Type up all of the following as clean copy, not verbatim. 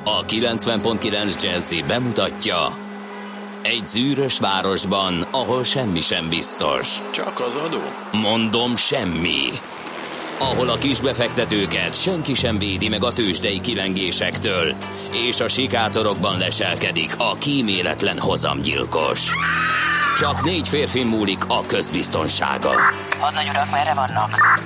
A 90.9 Jazzy bemutatja: egy zűrös városban, ahol semmi sem biztos. Csak az adó? Mondom, semmi. Ahol a kisbefektetőket senki sem védi meg a tőzsdei kilengésektől, és a sikátorokban leselkedik a kíméletlen hozamgyilkos. Csak 4 férfi múlik a közbiztonsága. Hadnagy urak, merre vannak?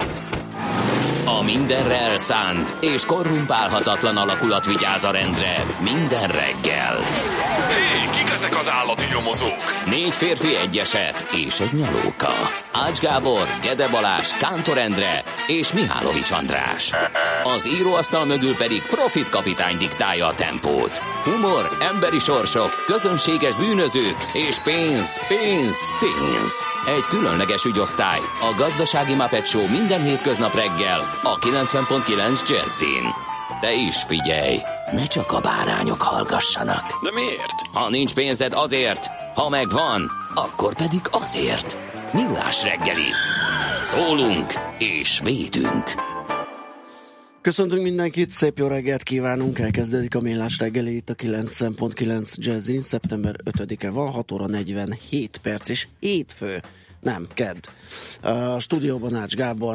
A mindenre elszánt és korrumpálhatatlan alakulat vigyáz a rendre minden reggel. Hé, kik ezek az állati nyomozók? 4 férfi, egy eset és egy nyalóka. Ács Gábor, Gede Balázs, Kántor Endre és Mihálovics András. Az íróasztal mögül pedig Profit kapitány diktálja a tempót. Humor, emberi sorsok, közönséges bűnözők és pénz, pénz, pénz. Egy különleges ügyosztály, a Gazdasági Muppet Show minden hétköznap reggel a 90.9 Jazzin. De is figyelj, ne csak a bárányok hallgassanak. De miért? Ha nincs pénzed, azért, ha megvan, akkor pedig azért. Millás reggeli. Szólunk és védünk. Köszöntünk mindenkit, szép jó reggelt kívánunk, elkezdődik a Millás reggeli itt a 90.9 Jazzin, szeptember 5-e van, 6 óra 47 perc és hétfő, nem, kedd. A stúdióban Ács Gábor.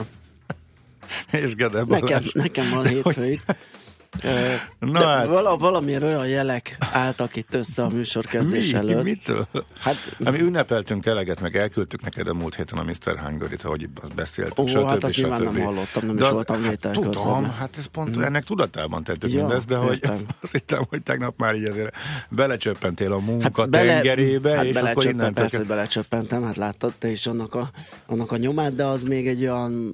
És Gede Balázs. Nekem van hétfőig. De hát. Valamiért olyan jelek álltak itt össze a műsorkezdés előtt. Mitől? Hát, mi ünnepeltünk eleget, meg elküldtük neked a múlt héten a Mr. Hungary-t, ahogy azt beszéltük. Hát azt nyilván nem hallottam, nem is voltam vételkörzetben. Tudom, hát ez pont ennek tudatában tettük mindezt, de hogy azt hittem, hogy tegnap már így azért belecsöppentél a munka tengerébe, és akkor innentől... Persze, belecsöppentem, hát láttad te is annak a nyomát, de az még egy olyan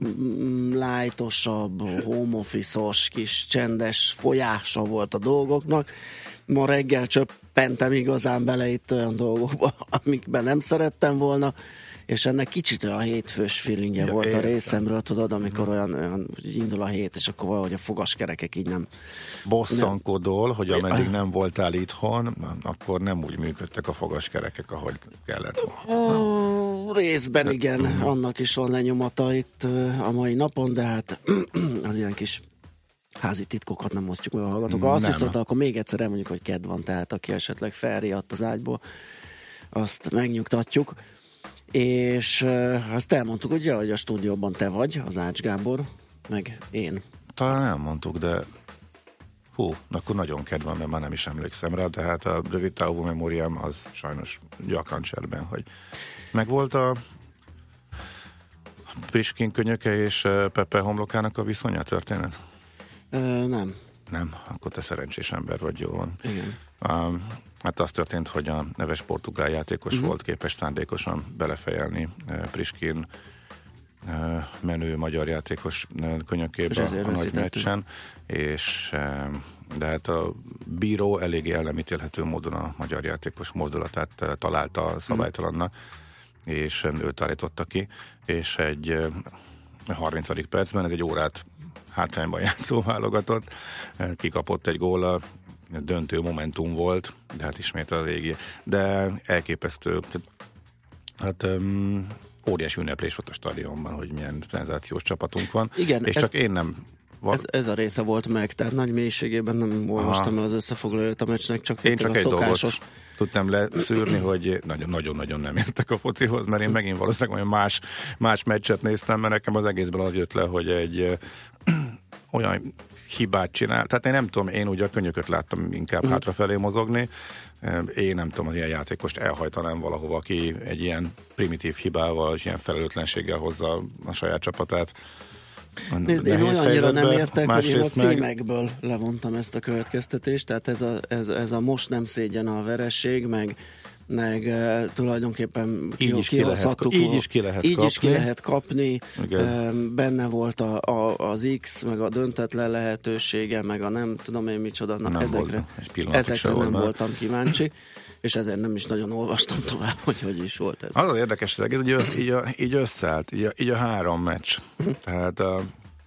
lightosabb, home office-os, kis csendes folyása volt a dolgoknak. Ma reggel csöppentem igazán bele itt olyan dolgokba, amikben nem szerettem volna, és ennek kicsit olyan hétfős feelingje volt a részemről, tudod, amikor olyan indul a hét, és akkor valahogy a fogaskerekek így nem... Bosszankodol, hogy ameddig nem voltál itthon, akkor nem úgy működtek a fogaskerekek, ahogy kellett volna. Részben igen, annak is van lenyomata itt a mai napon, de hát az ilyen kis házi titkokat nem osztjuk meg a hallgatók. Azt hiszem, akkor még egyszer elmondjuk, hogy kedd van, tehát aki esetleg felriadt az ágyból, azt megnyugtatjuk. És azt elmondtuk, ugye, hogy a stúdióban te vagy, az Ács Gábor, meg én. Talán elmondtuk, de akkor nagyon kedv van, mert már nem is emlékszem rá, de hát a rövid távú memóriám az sajnos gyakran cserben, hogy megvolt a Priskin könyöke és Pepe homlokának a viszonya történet? Nem. Nem, akkor te szerencsés ember vagy, jól van. Igen. Hát az történt, hogy a neves portugál játékos volt képes szándékosan belefejelni Priskin menő magyar játékos könyökébe a nagy meccsen, és de hát a bíró eléggé elnemítélhető módon a magyar játékos mozdulatát találta szabálytalannak, és őt állította ki, és egy 30. percben, ez egy órát hátrányban játszó válogatott, kikapott egy góllal, döntő momentum volt, de hát ismét a régi, de elképesztő, hát óriási ünneplés volt a stadionban, hogy milyen szenzációs csapatunk van. Igen, és csak én nem... Ez a része volt meg, tehát nagy mélységében nem olvastam el az összefoglalót a meccsnek, csak én csak a egy szokásos... dolgot tudtam leszűrni, hogy nagyon-nagyon nem értek a focihoz, mert én megint valószínűleg olyan más meccset néztem, mert nekem az egészből az jött le, hogy egy olyan hibát csinál. Tehát én nem tudom, én ugye a könyököt láttam inkább hátrafelé mozogni. Én nem tudom, az ilyen játékost elhajtanám valahova, aki egy ilyen primitív hibával és ilyen felelőtlenséggel hozza a saját csapatát. Nézd, én olyannyira nem értek, hogy én a címekből levontam ezt a következtetést, tehát ez a most nem szégyen a vereség, meg tulajdonképpen így is ki lehet kapni. Benne volt az X, meg a döntetlen lehetősége, meg a nem tudom én micsoda, ezekre nem voltam kíváncsi, és ezért nem is nagyon olvastam tovább, hogy is volt ez. Az érdekes, hogy így összeállt, így a 3 meccs. Tehát a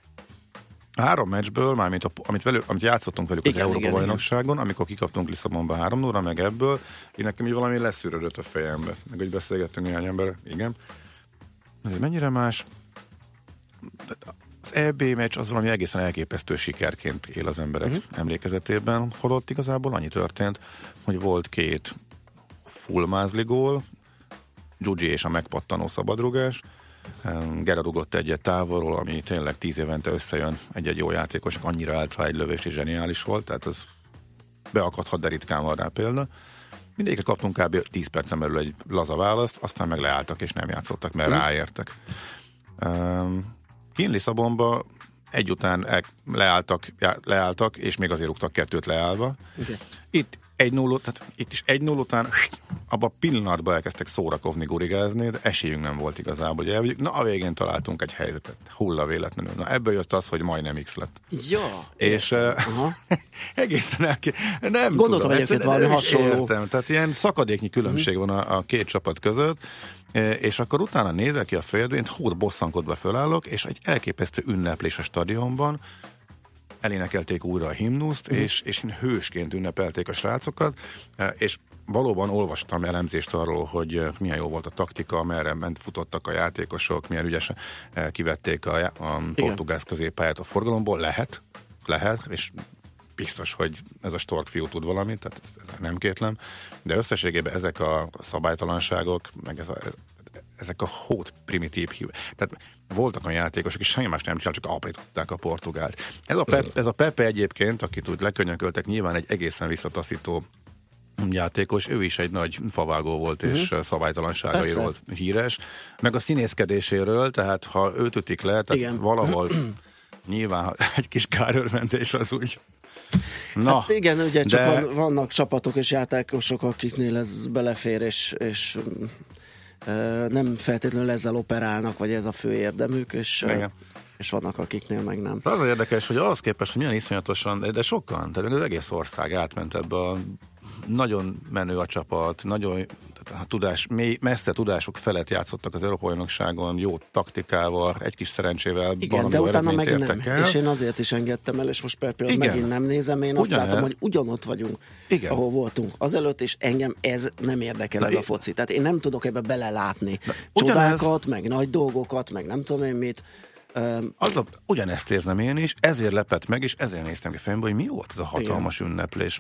3 meccsből, mármint amit játszottunk velük az Európa-bajnokságon, amikor kikaptunk Lisszabonba 3-0-ra, meg ebből, így nekem így valami leszűrődött a fejembe. Meg hogy beszélgettünk néhány ember, igen. Ez mennyire más? Az EB meccs az valami egészen elképesztő sikerként él az emberek emlékezetében, holott igazából annyi történt, hogy volt 2 full mázli gól, Gyugyi és a megpattanó szabadrugás, Gera rugott egyet távolról, ami tényleg 10 évente összejön egy-egy jó játékos, annyira állt rá egy lövés, és zseniális volt, tehát az beakadhat, de ritkán van rá példa. Mindegyikre kaptunk kb. 10 percen belül egy laza választ, aztán meg leálltak és nem játszottak, mert ráértek. Kint Lisszabonba egy után leálltak, és még azért rúgtak 2 leállva. Okay. Itt 1-0, tehát itt is 1-0 után abban a pillanatban elkezdtek szórakozni, gurigázni, de esélyünk nem volt igazából, hogy elvigyük. Na, a végén találtunk egy helyzetet, hulla véletlenül. Na, ebből jött az, hogy majdnem X lett. Ja. És egészen nem gondoltam egyébként valami hasonló. Értem. Tehát ilyen szakadéknyi különbség van a 2 csapat között, és akkor utána nézek ki a féldőn, bosszankodva fölállok, és egy elképesztő ünneplés a stadionban, elénekelték újra a himnuszt, és hősként ünnepelték a srácokat, és valóban olvastam elemzést arról, hogy milyen jó volt a taktika, merre futottak a játékosok, milyen ügyesen kivették a portugál középpályát a forgalomból. Lehet, és biztos, hogy ez a Stork fiú tud valamit, tehát nem kétlem, de összességében ezek a szabálytalanságok, meg ezek a hót primitív tehát voltak olyan játékosok, és semmi más nem csinál, csak aprították a Portugált. Ez a Pepe egyébként, akit úgy lekönyököltek, nyilván egy egészen visszataszító játékos, ő is egy nagy favágó volt, és szabálytalanságairól híres, meg a színészkedéséről, tehát ha őt ütik le, tehát valahol nyilván egy kis kárörvendés az úgy. Na, hát igen, ugye csak vannak csapatok és játékosok, akiknél ez belefér, és nem feltétlenül ezzel operálnak, vagy ez a fő érdemük, és vannak akiknél meg nem. Az a érdekes, hogy ahhoz képest, hogy milyen iszonyatosan, de sokan, tehát az egész ország átment ebbe a nagyon menő a csapat, nagyon messze tudásuk felett játszottak az Európa-bajnokságon, jó taktikával, egy kis szerencsével. Igen, de utána meg nem. El. És én azért is engedtem el, és most per pillanat megint nem nézem, én azt látom, hogy ugyanott vagyunk, ahol voltunk azelőtt, és engem ez nem érdekel, ez a foci. Tehát én nem tudok ebbe belelátni. Csodákat, meg nagy dolgokat, meg nem tudom én mit. Ugyanezt érzem én is, ezért lepett meg, és ezért néztem ki fejembe, hogy mi volt ez a hatalmas ünneplés,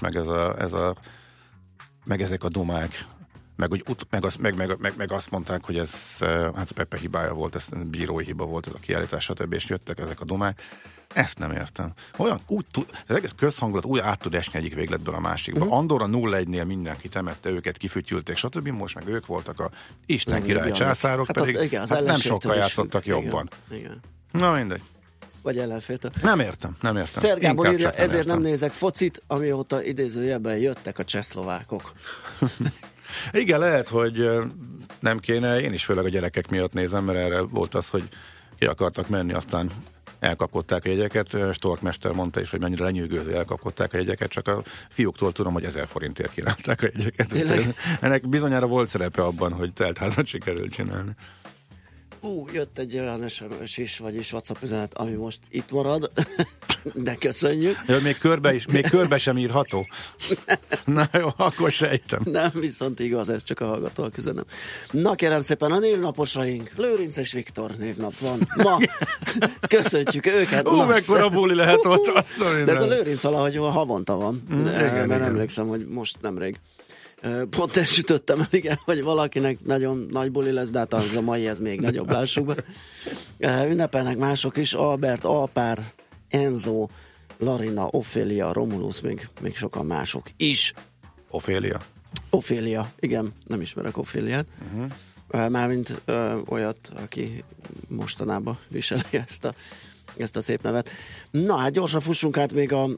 meg ezek a dumák, meg azt mondták, hogy ez hát a Pepe hibája volt, ez bírói hiba volt, ez a kiállítás, stb. És jöttek ezek a dumák. Ezt nem értem. Az egész közhangulat úgy át tud esni egyik végletből a másikba. Andorra 0-1-nél mindenki temette őket, kifütyülték, stb. Most meg ők voltak a Isten király császárok, pedig nem sokkal játszottak jobban. Igen. Na mindegy. Vagy ellenféltől. Nem értem. Fergábor írja, ezért nem nézek focit, amióta idézőjelben jöttek a csehszlovákok. Igen, lehet, hogy nem kéne, én is főleg a gyerekek miatt nézem, mert erre volt az, hogy ki akartak menni, aztán elkapkodták a jegyeket. Stork mester mondta is, hogy mennyire lenyűgöző, elkapkodták a jegyeket, csak a fiúktól tudom, hogy 1000 forintért kínálták a jegyeket. Ennek bizonyára volt szerepe abban, hogy teltházat sikerült csinálni. Jött egy olyan SMS is, vagyis WhatsApp üzenet, ami most itt marad, de köszönjük. Ja, még körbe sem írható. Na jó, akkor sejtem. Nem, viszont igaz, ez csak a hallgatóak üzenem. Na kérem szépen, a névnaposaink, Lőrinc és Viktor névnap van ma. Köszönjük őket. Mekkora buli lehet ott. De ez a Lőrinc valahogy havonta van. Mert emlékszem, hogy most nemrég. Pont ezt sütöttem el, igen, hogy valakinek nagyon nagy buli lesz, de hát az a mai ez még nagyobb, lássuk be. Ünnepelnek mások is, Albert, Alpár, Enzo, Larina, Ofélia, Romulus, még sokan mások is. Ofélia, igen, nem ismerek Oféliát. Mármint olyat, aki mostanában viseli ezt a szép nevet. Na hát gyorsan fussunk át még a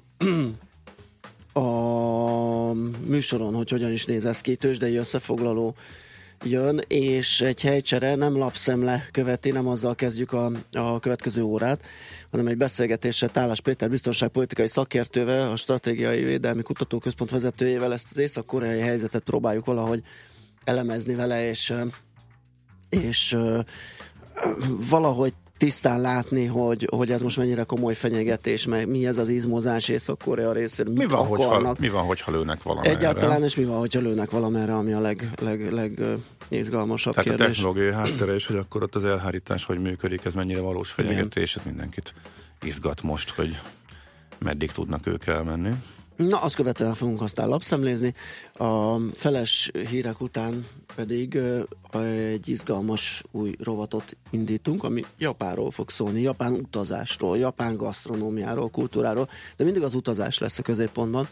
műsoron, hogy hogyan is néz ez ki, tőzsdei összefoglaló jön, és egy helycsere nem lapszemle követi, nem azzal kezdjük a következő órát, hanem egy beszélgetéssel Tálas Péter biztonságpolitikai szakértővel, a Stratégiai Védelmi Kutatóközpont vezetőjével ezt az észak-koreai helyzetet próbáljuk valahogy elemezni vele, és valahogy tisztán látni, hogy ez most mennyire komoly fenyegetés, meg mi ez az izmozás Észak-Korea részéről, mit akarnak. Mi van, hogyha lőnek valamerre? Egyáltalán, és mi van, hogyha lőnek valamerre, ami a legizgalmasabb kérdés. Tehát a technológiai háttere is, hogy akkor ott az elhárítás, hogy működik, ez mennyire valós fenyegetés, ez mindenkit izgat most, hogy meddig tudnak ők elmenni. Na, azt követően fogunk aztán lapszemlézni. A feles hírek után pedig egy izgalmas új rovatot indítunk, ami Japánról fog szólni, Japán utazásról, Japán gasztronómiáról, kultúráról, de mindig az utazás lesz a középpontban.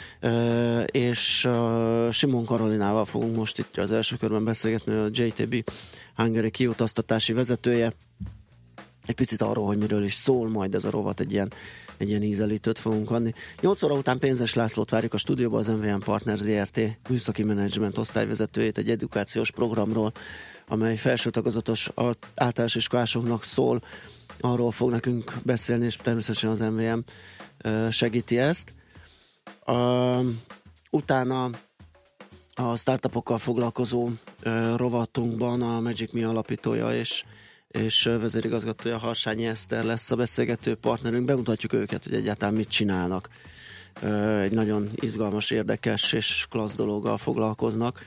És Simon Karolinával fogunk most itt az első körben beszélgetni, a JTB Hungary kiutaztatási vezetője. Egy picit arról, hogy miről is szól majd ez a rovat, egy ilyen ízelítőt fogunk adni. 8 óra után Pénzes Lászlót várjuk a stúdióba, az MVM Partner ZRT műszaki menedzsment osztályvezetőjét egy edukációs programról, amely felső tagozatos általános iskolásoknak szól. Arról fog nekünk beszélni, és természetesen az MVM segíti ezt. Utána a startupokkal foglalkozó rovatunkban a Magic Me alapítója és vezérigazgatója Harsányi Eszter lesz a beszélgető partnerünk. Bemutatjuk őket, hogy egyáltalán mit csinálnak. Egy nagyon izgalmas, érdekes és klassz dologgal foglalkoznak.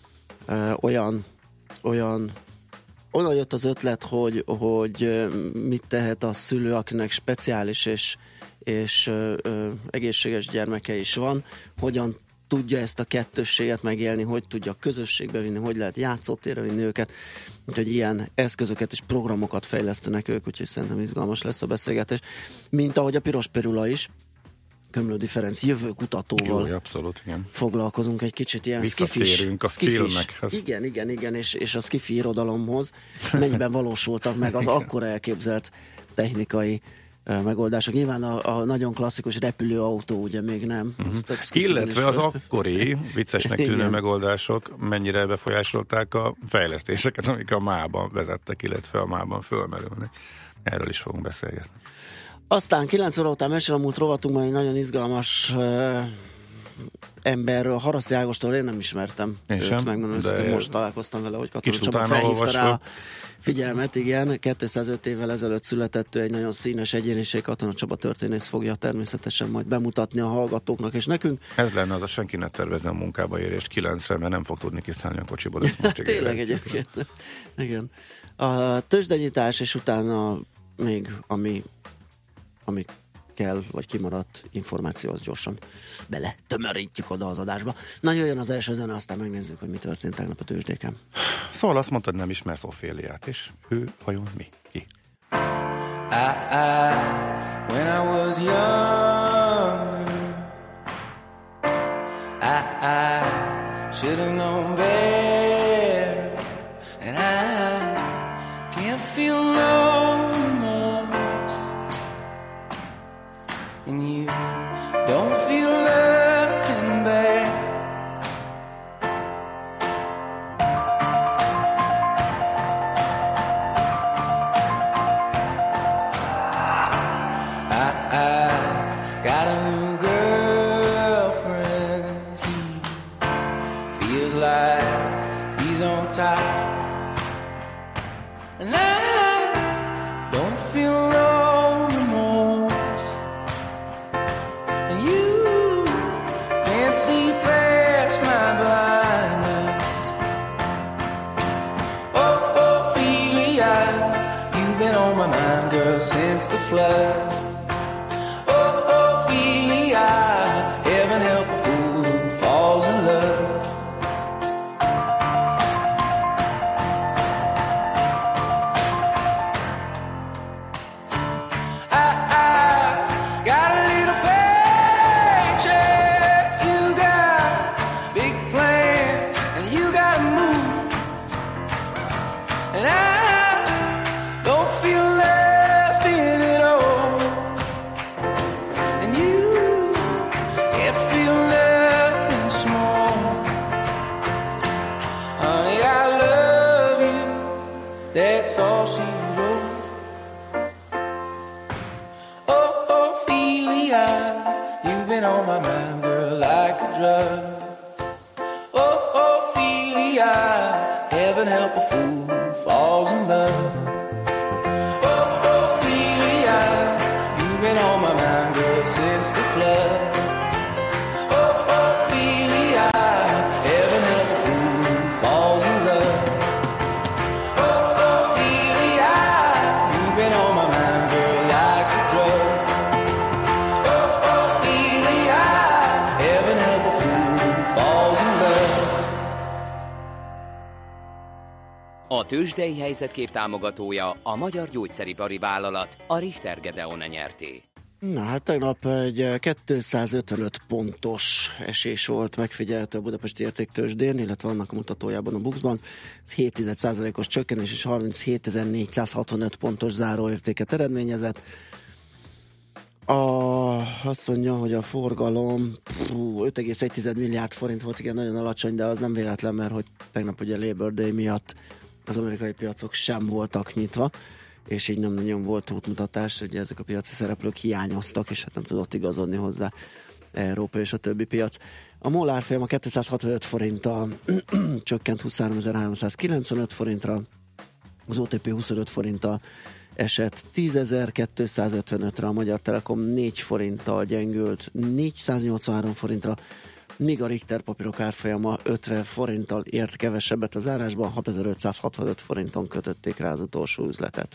Onnan jött az ötlet, hogy mit tehet a szülő, akinek speciális és egészséges gyermeke is van, hogyan tudja ezt a kettősséget megélni, hogy tudja közösségbe vinni, hogy lehet játszótérre vinni őket, úgyhogy ilyen eszközöket és programokat fejlesztenek ők, úgyhogy szerintem izgalmas lesz a beszélgetés. Mint ahogy a Piros Perula is, Kömlődi Ferenc jövőkutatóval. Jó, abszolút, igen. Foglalkozunk egy kicsit ilyen visszatérünk a filmekhez. Igen, és a skifi irodalomhoz mennyiben valósultak meg az akkor elképzelt technikai megoldások. Nyilván a nagyon klasszikus repülőautó ugye még nem. Illetve az akkori viccesnek tűnő megoldások mennyire befolyásolták a fejlesztéseket, amik a mában vezettek, illetve a mában fölmerülnek. Erről is fogunk beszélgetni. Aztán 9 óra után Mesél a múlt rovatunkban egy nagyon izgalmas emberről, Haraszti Ágostól én nem ismertem. Megmondom, hogy most találkoztam vele, hogy Katona Csaba felhívta rá a figyelmet, igen. 205 évvel ezelőtt született, egy nagyon színes egyéniség, Katona Csaba történész fogja természetesen majd bemutatni a hallgatóknak és nekünk. Ez lenne az, a senki ne tervezne a munkába érést 9-re, mert nem fog tudni kiszállni a kocsiból. Tényleg egyébként. Igen. A tőzsdenyítás, és utána még ami kell, vagy kimaradt információ, az gyorsan bele tömörítjük oda az adásba. Na, jöjjön az első zene, aztán megnézzük, hogy mi történt tegnap a tőzsdéken. Szóval azt mondtad, nem ismersz Oféliát, és ő vajon mi? Ki? When I was young, I should have known better, and I can't feel no remorse, and you don't feel nothing bad. I got a new girlfriend. He feels like he's on top, and I don't feel no remorse, and you can't see past my blindness. Oh, Ophelia, you've been on my mind, girl, since the flood. Heaven help a fool who falls in love. I got a little paycheck, you got big plans, and you gotta move, and I don't feel nothing at all, and you can't feel nothing small. Honey, I love you, that's all she wrote. Oh, Ophelia, you've been on my mind, girl, like a drug. Oh, Ophelia, heaven help a fool who falls in love. Oh, A tőzsdei helyzetkép támogatója a Magyar Gyógyszeripari Vállalat, a Richter Gedeon nyerté. Na hát tegnap egy 255 pontos esés volt megfigyelhető a budapesti értéktőzsdén, illetve annak a mutatójában a BUX-ban. 7,1%-os csökkenés és 37.465 pontos záróértéket eredményezett. Azt mondja, hogy a forgalom 5,1 milliárd forint volt, igen, nagyon alacsony, de az nem véletlen, mert hogy tegnap ugye Labor Day miatt az amerikai piacok sem voltak nyitva, és így nem nagyon volt útmutatás, ugye ezek a piaci szereplők hiányoztak, és hát nem tudott igazodni hozzá Európa és a többi piac. A MOL árfolyama 265 forinttal csökkent 23.395 forintra, az OTP 25 forinttal esett 10.255-re, a Magyar Telekom 4 forinttal gyengült 483 forintra, míg a Richter papírok árfolyama 50 forinttal ért kevesebbet az zárásban, 6.565 forinton kötötték rá az utolsó üzletet.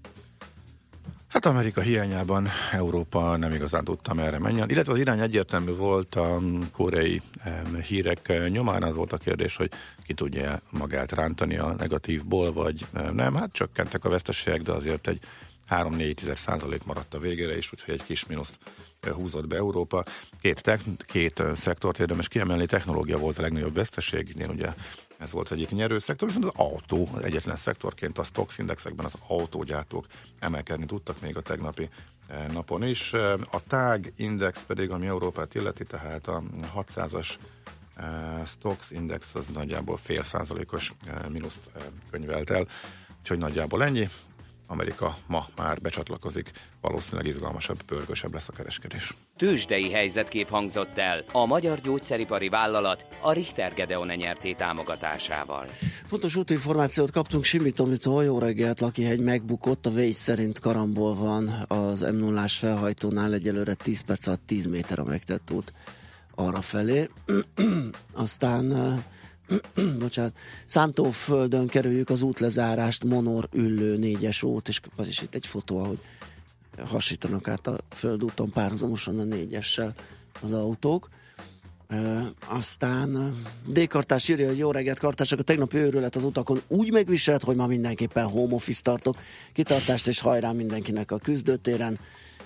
Hát Amerika hiányában Európa nem igazán tudta merre menjen, illetve az irány egyértelmű volt a koreai hírek nyomán. Az volt a kérdés, hogy ki tudja magát rántani a negatívból, vagy nem. Hát csökkentek a veszteségek, de azért egy 3-4% maradt a végére is, úgyhogy egy kis mínuszt húzott be Európa. Két szektort érdemes kiemelni, technológia volt a legnagyobb veszteségnél, ugye ez volt egyik nyerőszektor, viszont az autó egyetlen szektorként a STOXX indexekben az autógyártók emelkedni tudtak még a tegnapi napon is. A TAG index pedig, ami Európát illeti, tehát a 600-as STOXX index az nagyjából 0,5%-os mínuszt könyvelt el, úgyhogy nagyjából ennyi. Amerika ma már becsatlakozik, valószínűleg izgalmasabb, pörgősebb lesz a kereskedés. Tőzsdei helyzetkép hangzott el a Magyar Gyógyszeripari Vállalat, a Richter Gedeon nyerté támogatásával. Fontos útinformációt kaptunk Simi Tomitól, jó reggelt, Lakihegy megbukott, a Waze szerint karambol van az M0-ás felhajtónál, egyelőre 10 perc alatt 10 méter a megtett út arrafelé. Aztán Szántóföldön kerüljük az útlezárást, Monor Üllő 4-es út, és az is itt egy fotó, ahogy hasítanak át a földúton párhuzamosan a 4-essel az autók. Aztán D-kartás írja, hogy jó reggelt, kartások, a tegnapi őrület az utakon úgy megviselt, hogy ma mindenképpen home office tartok, kitartást és hajrá mindenkinek a küzdőtéren.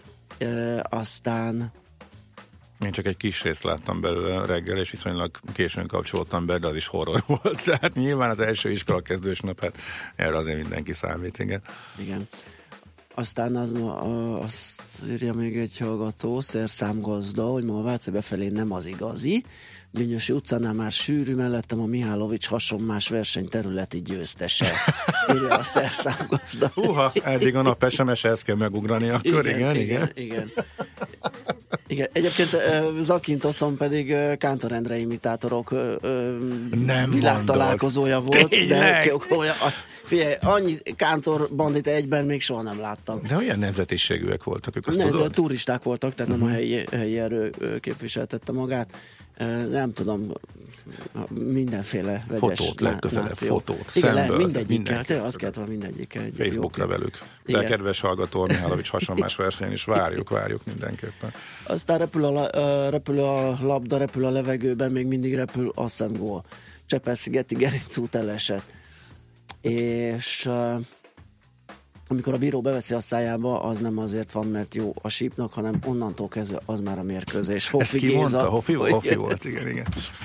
Aztán én csak egy kis részt láttam belőle reggel, és viszonylag későn kapcsoltam be, de az is horror volt. Tehát nyilván az első iskola kezdős nap, hát erre azért mindenki számít, igen. Igen. Aztán azt írja még egy hallgató, szerszámgazda, hogy ma a Váci befelé nem az igazi. Gyöngyösi utcánál már sűrű, mellettem a Mihálovics hasonmás versenyterületi győztese. Írja a szerszámgazda. Húha, eddig a nap SMS-hez kell megugrani, akkor igen. Igen, egyébként Zakintoszon pedig Kántor Endre imitátorok világtalálkozója volt. Tényleg? Figyelj, annyi Kántor bandit egyben még soha nem láttam. De olyan nemzetiségűek voltak ők, azt nem, tudod? De turisták voltak, tehát nem a helyi erő képviseltette magát. Nem tudom, mindenféle vegyes fotót legközelebb, fotót. Igen, mindegyikkel, azt kellett volna mindegyikkel. Facebookra velük. De kedves hallgató, Mihálovics hasonlás versenyen is várjuk mindenképpen. Aztán repül a labda, repül a levegőben, még mindig repül a szemgól. Csepel-szigeti Gerinc út elesett. És amikor a bíró beveszi a szájába, az nem azért van, mert jó a sípnak, hanem onnantól kezdve az már a mérkőzés. Hofi Géza. Mondta? Hofi volt, igen.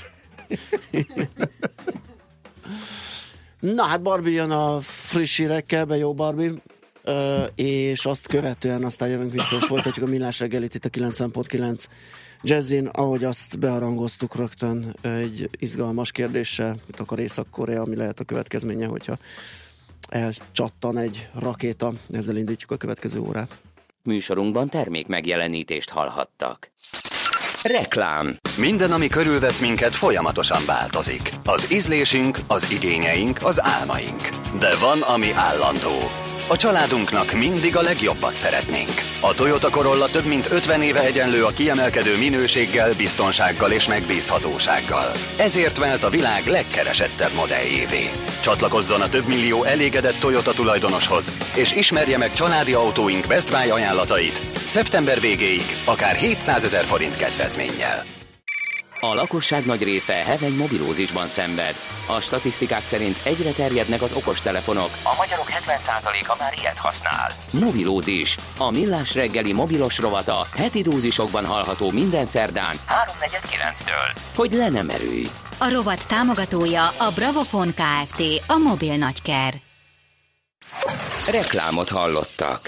Na hát Barbie jön a friss hírekkel, be jó Barbie, és azt követően aztán jövünk vissza, és folytatjuk a Millás reggelit itt a 90.9 Jazzin, ahogy azt beharangoztuk rögtön egy izgalmas kérdéssel, mit akar Észak-Korea, ami lehet a következménye, hogyha elcsattan egy rakéta. Ezzel indítjuk a következő órát. Műsorunkban termék megjelenítést hallhattak. Reklám. Minden, ami körülvesz minket, folyamatosan változik. Az ízlésünk, az igényeink, az álmaink. De van, ami állandó. A családunknak mindig a legjobbat szeretnénk. A Toyota Corolla több mint 50 éve egyenlő a kiemelkedő minőséggel, biztonsággal és megbízhatósággal. Ezért vált a világ legkeresettebb modelljévé. Csatlakozzon a több millió elégedett Toyota tulajdonoshoz, és ismerje meg családi autóink Best Buy ajánlatait szeptember végéig, akár 700 000 forint kedvezménnyel. A lakosság nagy része heveny mobilózisban szenved. A statisztikák szerint egyre terjednek az okostelefonok. A magyarok 70%-a már ilyet használ. Mobilózis. A Millás reggeli mobilos rovata heti dózisokban hallható minden szerdán 3:49-től. Hogy le nem erőj. A rovat támogatója a Bravofon Kft. A mobil nagyker. Reklámot hallottak.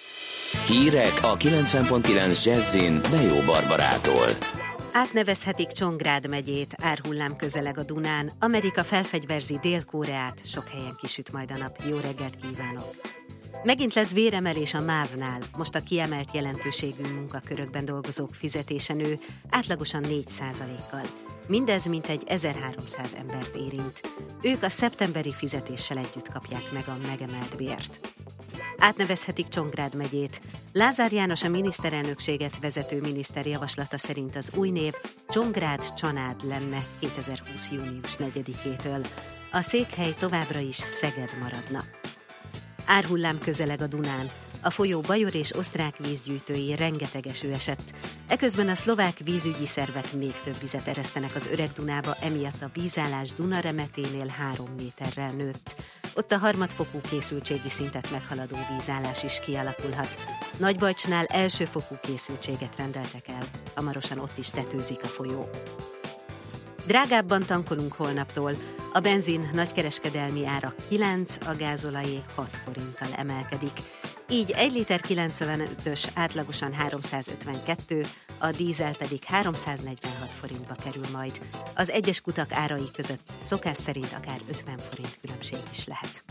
Hírek a 90.9 Jazzin Bejó Barbarától. Átnevezhetik Csongrád megyét, árhullám közeleg a Dunán, Amerika felfegyverzi Dél-Koreát, sok helyen kisüt majd a nap. Jó reggelt kívánok! Megint lesz béremelés a MÁV-nál, most a kiemelt jelentőségű munkakörökben dolgozók fizetése nő, átlagosan 4%-kal. Mindez mintegy 1300 embert érint. Ők a szeptemberi fizetéssel együtt kapják meg a megemelt bért. Átnevezhetik Csongrád megyét. Lázár János a miniszterelnökséget vezető miniszter javaslata szerint az új név Csongrád-Csanád lenne 2020. június 4-től. A székhely továbbra is Szeged maradna. Árhullám közeleg a Dunán. A folyó bajor és osztrák vízgyűjtői rengeteg eső esett. Eközben a szlovák vízügyi szervek még több vizet eresztenek az Öreg Dunába, emiatt a vízállás Dunaremeténél 3 méterrel nőtt. Ott a harmadfokú készültségi szintet meghaladó vízállás is kialakulhat. Nagybajcsnál elsőfokú készültséget rendeltek el, hamarosan ott is tetőzik a folyó. Drágábban tankolunk holnaptól. A benzin nagykereskedelmi ára 9, a gázolajé 6 forinttal emelkedik. Így 1 liter 95-ös átlagosan 352, a dízel pedig 346 forintba kerül majd. Az egyes kutak árai között szokás szerint akár 50 forint különbség is lehet.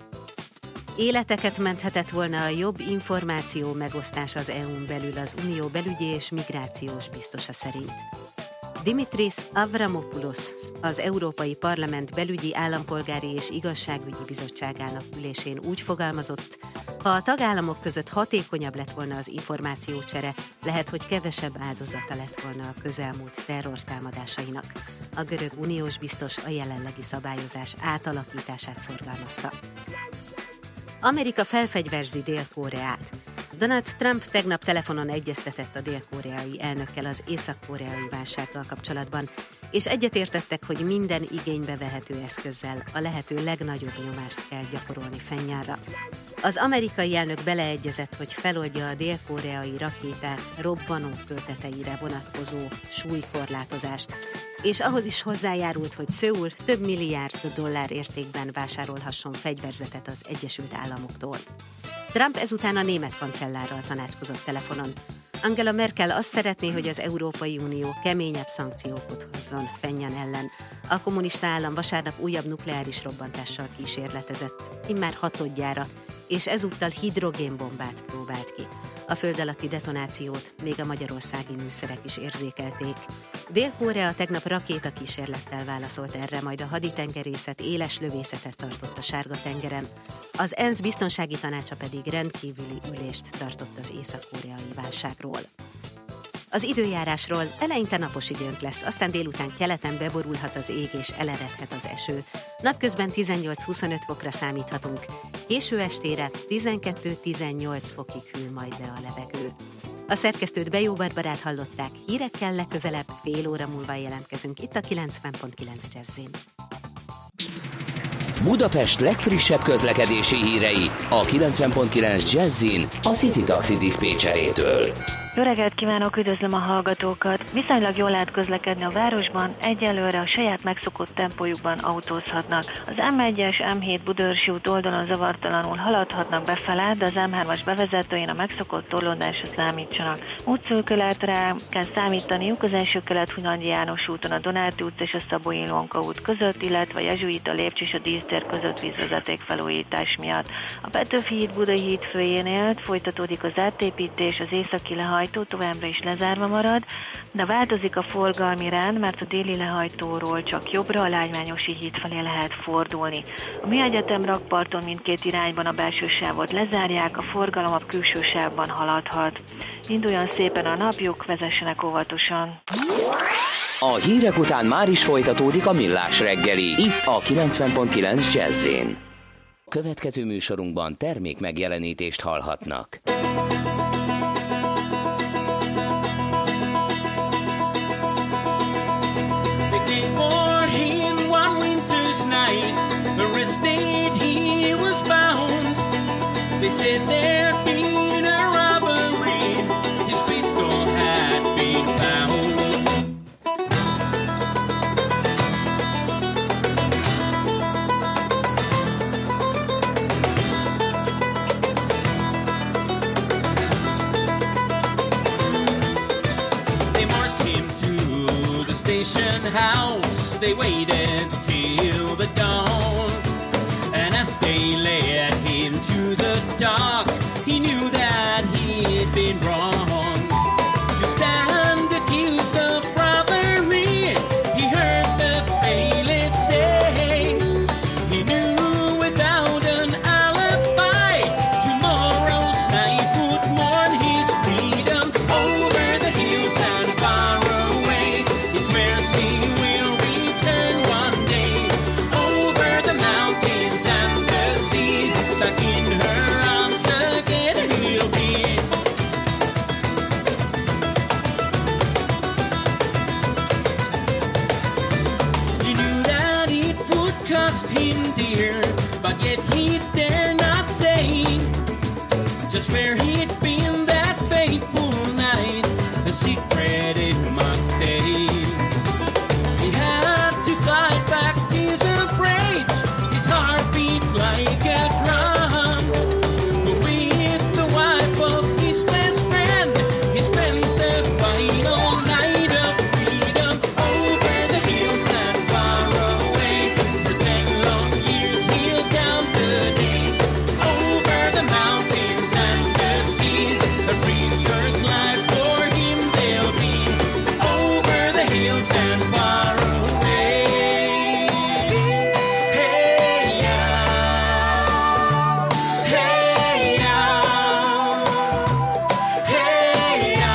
Életeket menthetett volna a jobb információ megosztás az EU-n belül az Unió belügyi és migrációs biztosa szerint. Dimitris Avramopoulos, az Európai Parlament belügyi, állampolgári és igazságügyi bizottságának ülésén úgy fogalmazott, ha a tagállamok között hatékonyabb lett volna az információcsere, lehet, hogy kevesebb áldozata lett volna a közelmúlt terrortámadásainak. A görög uniós biztos a jelenlegi szabályozás átalakítását szorgalmazta. Amerika felfegyverzi Dél-Koreát. Donald Trump tegnap telefonon egyeztetett a dél-koreai elnökkel az észak-koreai válsággal kapcsolatban, és egyetértettek, hogy minden igénybe vehető eszközzel a lehető legnagyobb nyomást kell gyakorolni Pjongjangra. Az amerikai elnök beleegyezett, hogy feloldja a dél-koreai rakéták robbanó költeteire vonatkozó súlykorlátozást, és ahhoz is hozzájárult, hogy Szöul több milliárd dollár értékben vásárolhasson fegyverzetet az Egyesült Államoktól. Trump ezután a német kancellárral tanácskozott telefonon. Angela Merkel azt szeretné, hogy az Európai Unió keményebb szankciókat hozzon Pjongjang ellen. A kommunista állam vasárnap újabb nukleáris robbantással kísérletezett, immár 6-odjára, és ezúttal hidrogénbombát próbált ki. A föld alatti detonációt még a magyarországi műszerek is érzékelték. Dél-Korea tegnap rakétakísérlettel válaszolt erre, majd a haditengerészet éles lövészetet tartott a Sárga-tengeren. Az ENSZ biztonsági tanácsa pedig rendkívüli ülést tartott az észak-koreai válságról. Az időjárásról: eleinte napos időnk lesz, aztán délután keleten beborulhat az ég és eleredhet az eső. Napközben 18-25 fokra számíthatunk, késő estére 12-18 fokig hűl majd le a levegő. A szerkesztőt Bejó Barbarát hallották, hírekkel legközelebb fél óra múlva jelentkezünk itt a 90.9 Jazzin. Budapest legfrissebb közlekedési hírei a 90.9 Jazzin a City Taxi diszpécserétől. Jó reggelt kívánok, üdvözlöm a hallgatókat! Viszonylag jól lehet közlekedni a városban, egyelőre a saját megszokott tempójukban autózhatnak. Az M1-es, M7 Budaörsi út oldalon zavartalanul haladhatnak befele, de az M3-as bevezetőjén a megszokott torlódásra számítsanak. Útszűkületre kell számítaniuk az első kelet-Hunyadi János úton a Donáti utca és a Szabói Ilonka út között, illetve a Jezsuita Lépcs és a Dísztér között vízvezeték felújítás miatt. A Petőfi híd Budai híd főjénél folytatódik az átépítés, az északi lehajtó továbbra is lezárva marad, de változik a forgalmi rend, mert a déli lehajtóról csak jobbra a Lágymányosi híd felé lehet fordulni. A Műegyetem rakparton mindkét irányban a belső sávot lezárják, a forgalom a külső sávban haladhat. Induljon szépen a napjuk, vezessenek óvatosan! A hírek után már is folytatódik a Millás reggeli, itt a 90.9 Jazz-én. Következő műsorunkban termék megjelenítést hallhatnak. said there'd been a robbery. His pistol had been found. They marched him to the station house. They waited till the dawn, and as they led him to the dock, he knew that he'd been wrong. To stand accused of robbery, he heard the bailiff say. He knew without an alibi, tomorrow's night would mourn his freedom. Over the hills and far away, his mercy will return one day. Over the mountains and the seas, back in her arms again he'll be. He knew that it would cost him dear, but yet he dare not say just where he'd been that fateful night. The secret it must stay. He had to fight back tears of rage. His heart beats like a drum. But with the wife of his best friend, he spent the final night of freedom. Over the hills and far away, for 10 long years he'll count the days. Over the mountains and the seas, a prisoner's life for him they'll be. Over the hills and far away. Hey, yeah. Hey, yeah. Hey,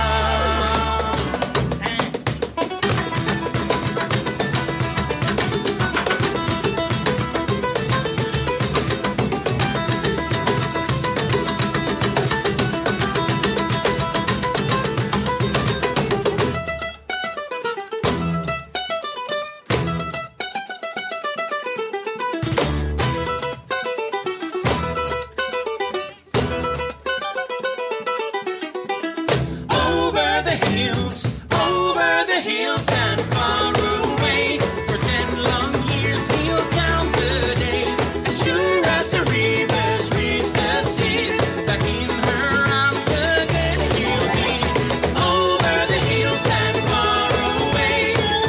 over the hills and far away. For 10 long years he'll count the days. As sure as the rivers reach the seas, back in her arms again he'll be. Over the hills and far away.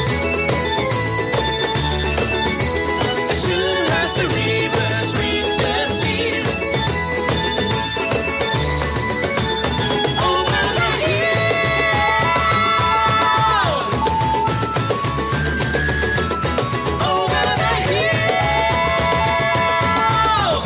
As sure as the rivers reach the seas. Over the hills. Over the hills.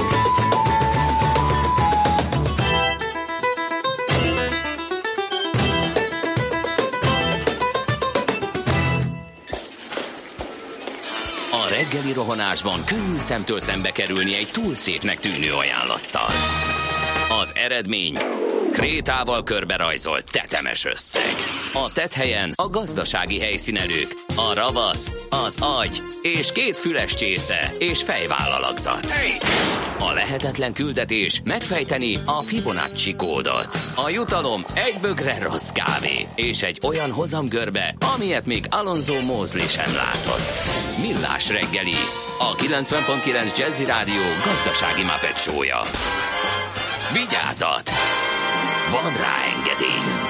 A reggeli rohanásban könnyű szemtől szembe kerülni egy túl szépnek tűnő ajánlattal. Az eredmény krétával körberajzolt tetemes összeg. A tetthelyen a gazdasági helyszínelők, a ravasz, az agy és 2 füles csésze és fejvállalakzat. A lehetetlen küldetés megfejteni a Fibonacci kódot. A jutalom egy bögre rossz kávé és egy olyan hozamgörbe, amilyet még Alonso Mosley sem látott. Millás reggeli, a 90.9 Jazzy Rádió gazdasági Muppet show-ja. Vigyázat! Van rá engedélyünk!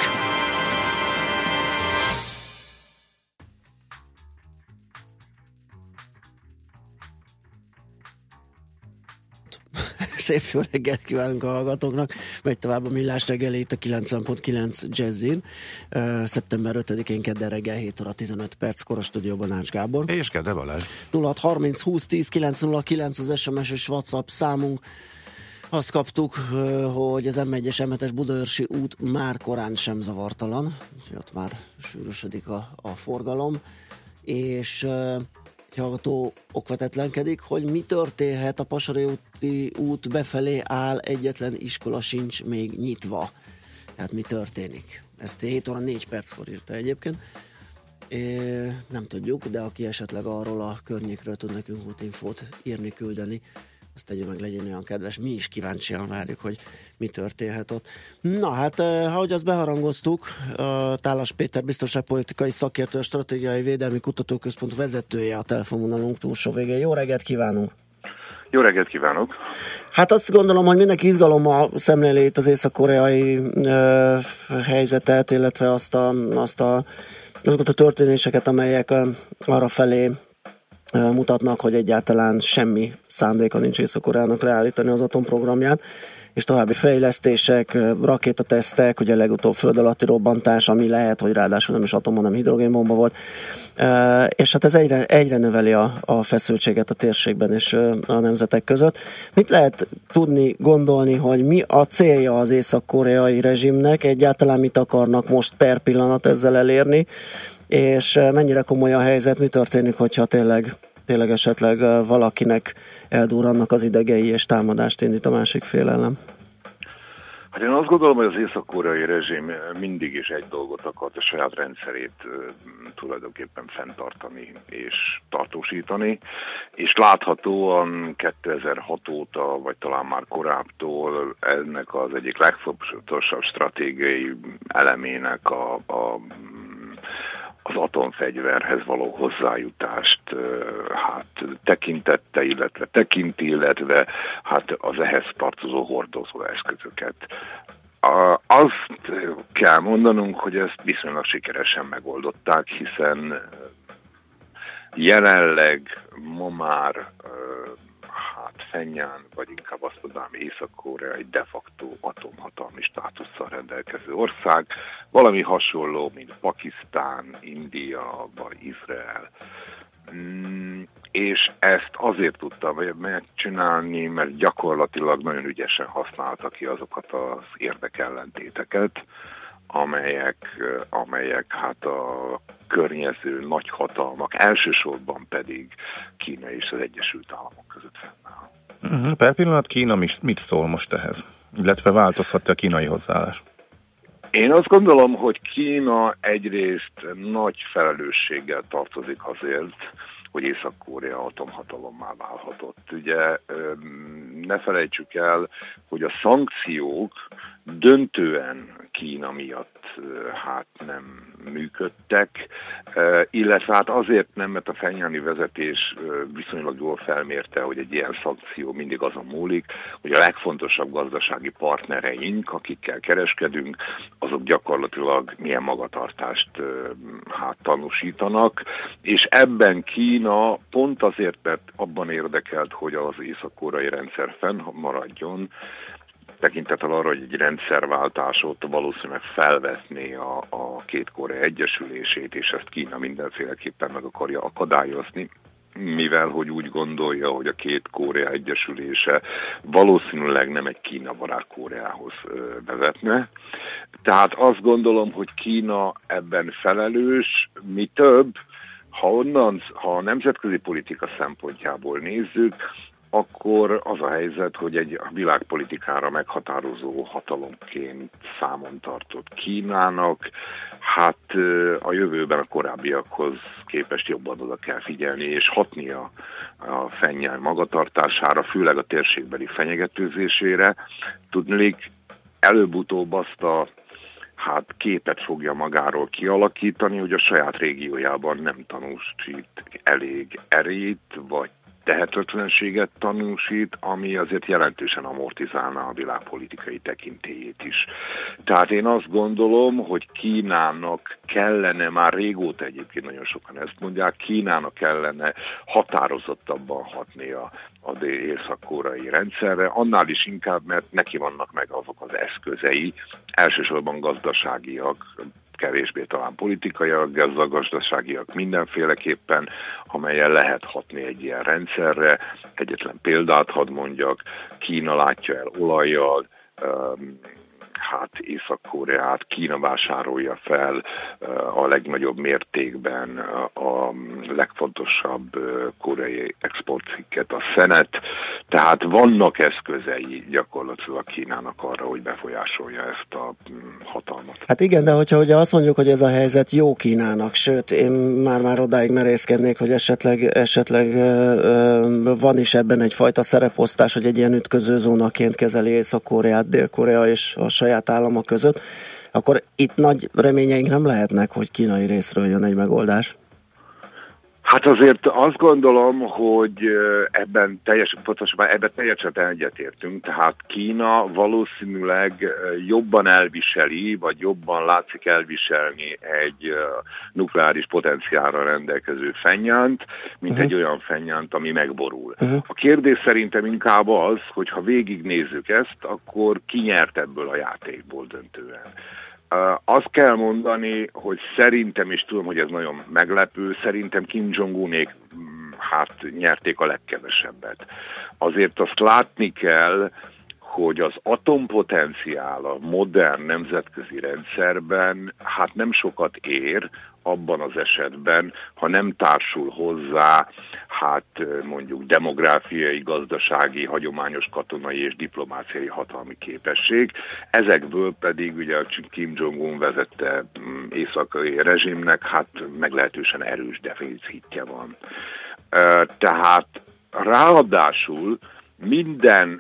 Szép jó reggelt kívánunk a hallgatóknak. Megy tovább a Millás reggeli itt a 90.9 Jazzin. Szeptember 5-én kedden reggel 7 óra 15 perckor a stúdióban Ács Gábor. És Gede Balázs. 0630 20 10 909 az SMS és WhatsApp számunk. Azt kaptuk, hogy az M1-es M7-es Budaörsi út már korán sem zavartalan, ott már sűrűsödik a forgalom, és hallgató okvetetlenkedik, hogy mi történhet, a Pasari úti út befelé áll, egyetlen iskola sincs még nyitva. Tehát mi történik? Ezt 7 óra 4 perckor írta egyébként. Nem tudjuk, de aki esetleg arról a környékről tud nekünk útinfót írni, küldeni, azt tegye meg, legyen olyan kedves. Mi is kíváncsian várjuk, hogy mi történhet ott. Na hát, ahogy azt beharangoztuk, Tálas Péter biztonságpolitikai szakértő, a Stratégiai Védelmi Kutatóközpont vezetője a telefonvonalunk túlsó végén. Jó reggelt kívánunk! Jó reggelt kívánok! Hát azt gondolom, hogy mindenki izgalommal szemléli itt az észak-koreai helyzetet, illetve azokat a történéseket, amelyek arra felé mutatnak, hogy egyáltalán semmi szándéka nincs Észak-Koreának leállítani az atomprogramját, és további fejlesztések, rakétatesztek, ugye legutóbb föld alatti robbantás, ami lehet, hogy ráadásul nem is atom, hanem hidrogénbomba volt, és hát ez egyre növeli a feszültséget a térségben és a nemzetek között. Mit lehet tudni, gondolni, hogy mi a célja az észak-koreai rezsimnek, egyáltalán mit akarnak most per pillanat ezzel elérni, és mennyire komoly a helyzet, mi történik, hogyha tényleg esetleg valakinek eldurrannak az idegei, és támadást indít a másik fél ellen? Hát én azt gondolom, hogy az észak-koreai rezsim mindig is egy dolgot akart, a saját rendszerét tulajdonképpen fenntartani és tartósítani, és láthatóan 2006 óta, vagy talán már korábbtól ennek az egyik legfontosabb stratégiai elemének az atomfegyverhez való hozzájutást tekintette, illetve hát az ehhez tartozó hordozó eszközöket. Azt kell mondanunk, hogy ezt viszonylag sikeresen megoldották, hiszen jelenleg ma már Phenján, vagy inkább azt mondanám, Észak-Korea egy de facto atomhatalmi státusszal rendelkező ország, valami hasonló, mint Pakisztán, India vagy Izrael. És ezt azért tudta megcsinálni, mert gyakorlatilag nagyon ügyesen használta ki azokat az érdekellentéteket, amelyek hát a környező nagyhatalmak, elsősorban pedig Kína és az Egyesült Államok között fennáll. Per pillanat Kína mit szól most ehhez? Illetve változhat a kínai hozzáállás? Én azt gondolom, hogy Kína egyrészt nagy felelősséggel tartozik azért, hogy Észak-Korea atomhatalommá válhatott. Ugye ne felejtsük el, hogy a szankciók döntően Kína miatt nem működtek, illetve hát azért nem, mert a phenjani vezetés viszonylag jól felmérte, hogy egy ilyen szankció mindig azon múlik, hogy a legfontosabb gazdasági partnereink, akikkel kereskedünk, azok gyakorlatilag milyen magatartást tanúsítanak, és ebben Kína pont azért, mert abban érdekelt, hogy az észak-koreai rendszer fennmaradjon, tekintettel arra, hogy egy rendszerváltásot valószínűleg felvetné a két Korea egyesülését, és ezt Kína mindenféleképpen meg akarja akadályozni, mivel hogy úgy gondolja, hogy a két Korea egyesülése valószínűleg nem egy Kína barát Koreához vezetne. Tehát azt gondolom, hogy Kína ebben felelős, mi több, ha a nemzetközi politika szempontjából nézzük, akkor az a helyzet, hogy egy világpolitikára meghatározó hatalomként számon tartott Kínának, hát a jövőben a korábbiakhoz képest jobban oda kell figyelni, és hatnia a Phenján magatartására, főleg a térségbeli fenyegetőzésére. Tudnék, előbb-utóbb azt a képet fogja magáról kialakítani, hogy a saját régiójában nem tanúsít elég erét, vagy tehetetlenséget tanúsít, ami azért jelentősen amortizálna a világpolitikai tekintélyét is. Tehát én azt gondolom, hogy Kínának kellene, már régóta egyébként nagyon sokan ezt mondják, Kínának kellene határozottabban hatnia az észak-koreai rendszerre, annál is inkább, mert neki vannak meg azok az eszközei, elsősorban gazdaságiak, kevésbé talán politikaiak, gazdaságiak mindenféleképpen, amelyen lehet hatni egy ilyen rendszerre. Egyetlen példát hadd mondjak, Kína látja el olajjal, hát Észak-Koreát Kína vásárolja fel a legnagyobb mértékben a legfontosabb koreai exportcikket, a szenet, tehát vannak eszközei gyakorlatilag Kínának arra, hogy befolyásolja ezt a hatalmat. Hát igen, de hogyha ugye azt mondjuk, hogy ez a helyzet jó Kínának, sőt, én már odáig merészkednék, hogy esetleg van is ebben egyfajta szereposztás, hogy egy ilyen ütközőzónaként kezeli Észak-Koreát, Dél-Korea és a saját állama között, akkor itt nagy reményeink nem lehetnek, hogy kínai részről jön egy megoldás. Hát azért azt gondolom, hogy ebben teljesen egyetértünk, tehát Kína valószínűleg jobban elviseli, vagy jobban látszik elviselni egy nukleáris potenciálra rendelkező fennyánt, mint egy olyan fennyánt, ami megborul. A kérdés szerintem inkább az, hogy ha végignézzük ezt, akkor ki nyert ebből a játékból döntően. Azt kell mondani, hogy szerintem, és tudom, hogy ez nagyon meglepő, szerintem Kim Jong-unék nyerték a legkevesebbet. Azért azt látni kell, hogy az atompotenciál a modern nemzetközi rendszerben nem sokat ér abban az esetben, ha nem társul hozzá mondjuk demográfiai, gazdasági, hagyományos katonai és diplomáciai hatalmi képesség. Ezekből pedig ugye a Kim Jong-un vezette észak-koreai rezsimnek meglehetősen erős deficitje van. Tehát ráadásul minden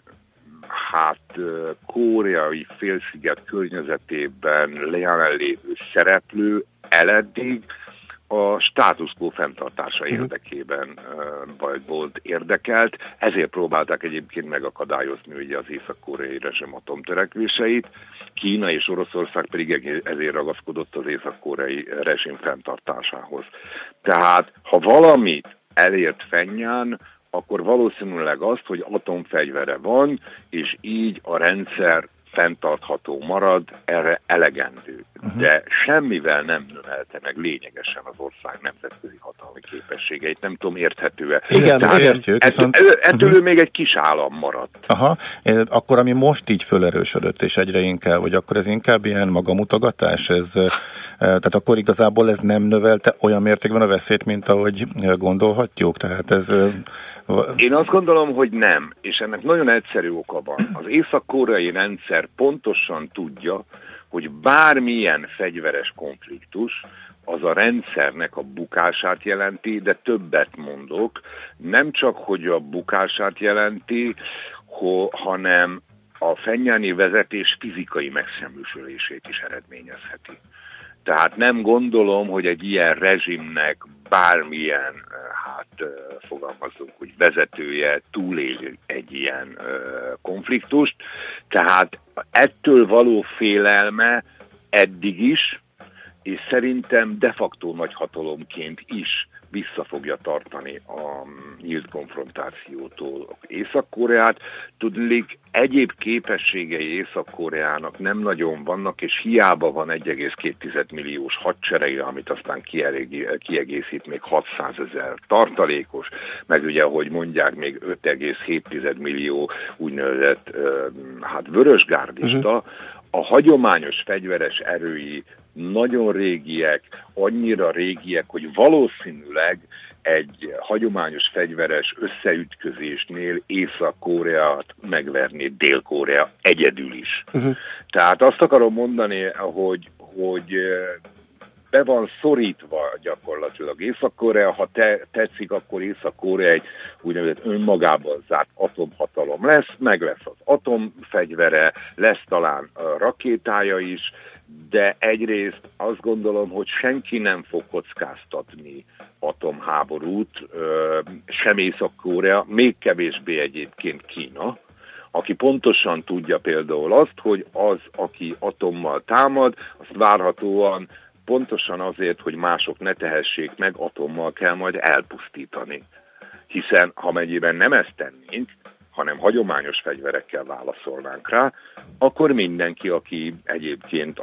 koreai félsziget környezetében jelenlévő szereplő eleddig a status quo fenntartása érdekében volt érdekelt, ezért próbálták egyébként megakadályozni ugye az észak-koreai rezsim atomtörekvéseit, Kína és Oroszország pedig ezért ragaszkodott az észak-koreai rezsim fenntartásához. Tehát, ha valamit elért Fennyán, akkor valószínűleg azt, hogy atomfegyvere van, és így a rendszer fenntartható marad, erre elegendő. De semmivel nem növelte meg lényegesen az ország nemzetközi hatalmi képességeit. Nem tudom, érthető-e? Igen, értjük. Ettől ő még egy kis állam maradt. Akkor ami most így fölerősödött, és egyre inkább, vagy akkor ez inkább ilyen magamutogatás? Tehát akkor igazából ez nem növelte olyan mértékben a veszélyt, mint ahogy gondolhatjuk? Tehát ez... Én azt gondolom, hogy nem, és ennek nagyon egyszerű oka van. Az észak-koreai rendszer pontosan tudja, hogy bármilyen fegyveres konfliktus az a rendszernek a bukását jelenti, de többet mondok, nem csak, hogy a bukását jelenti, hanem a fennyáni vezetés fizikai megsemmisülését is eredményezheti. Tehát nem gondolom, hogy egy ilyen rezsimnek bármilyen, fogalmazunk, hogy vezetője túléli egy ilyen konfliktust. Tehát ettől való félelme eddig is, és szerintem de facto nagyhatalomként is vissza fogja tartani a nyílt konfrontációtól Észak-Koreát. Tudnék, egyéb képességei Észak-Koreának nem nagyon vannak, és hiába van 1,2 milliós hadserege, amit aztán kiegészít még 600 000 tartalékos, meg ugye, ahogy mondják, még 5,7 millió úgynevezett vörösgárdista. A hagyományos fegyveres erői nagyon régiek, annyira régiek, hogy valószínűleg egy hagyományos fegyveres összeütközésnél Észak-Koreát megverni Dél-Korea egyedül is. Tehát azt akarom mondani, hogy be van szorítva gyakorlatilag Észak-Korea, ha tetszik, akkor Észak-Korea egy úgynevezett önmagában zárt atomhatalom lesz, meg lesz az atomfegyvere, lesz talán a rakétája is, de egyrészt azt gondolom, hogy senki nem fog kockáztatni atomháborút, sem Észak-Korea, még kevésbé egyébként Kína, aki pontosan tudja például azt, hogy az, aki atommal támad, azt várhatóan pontosan azért, hogy mások ne tehessék meg, atommal kell majd elpusztítani. Hiszen ha mennyiben nem ezt tennénk, hanem hagyományos fegyverekkel válaszolnánk rá, akkor mindenki, aki egyébként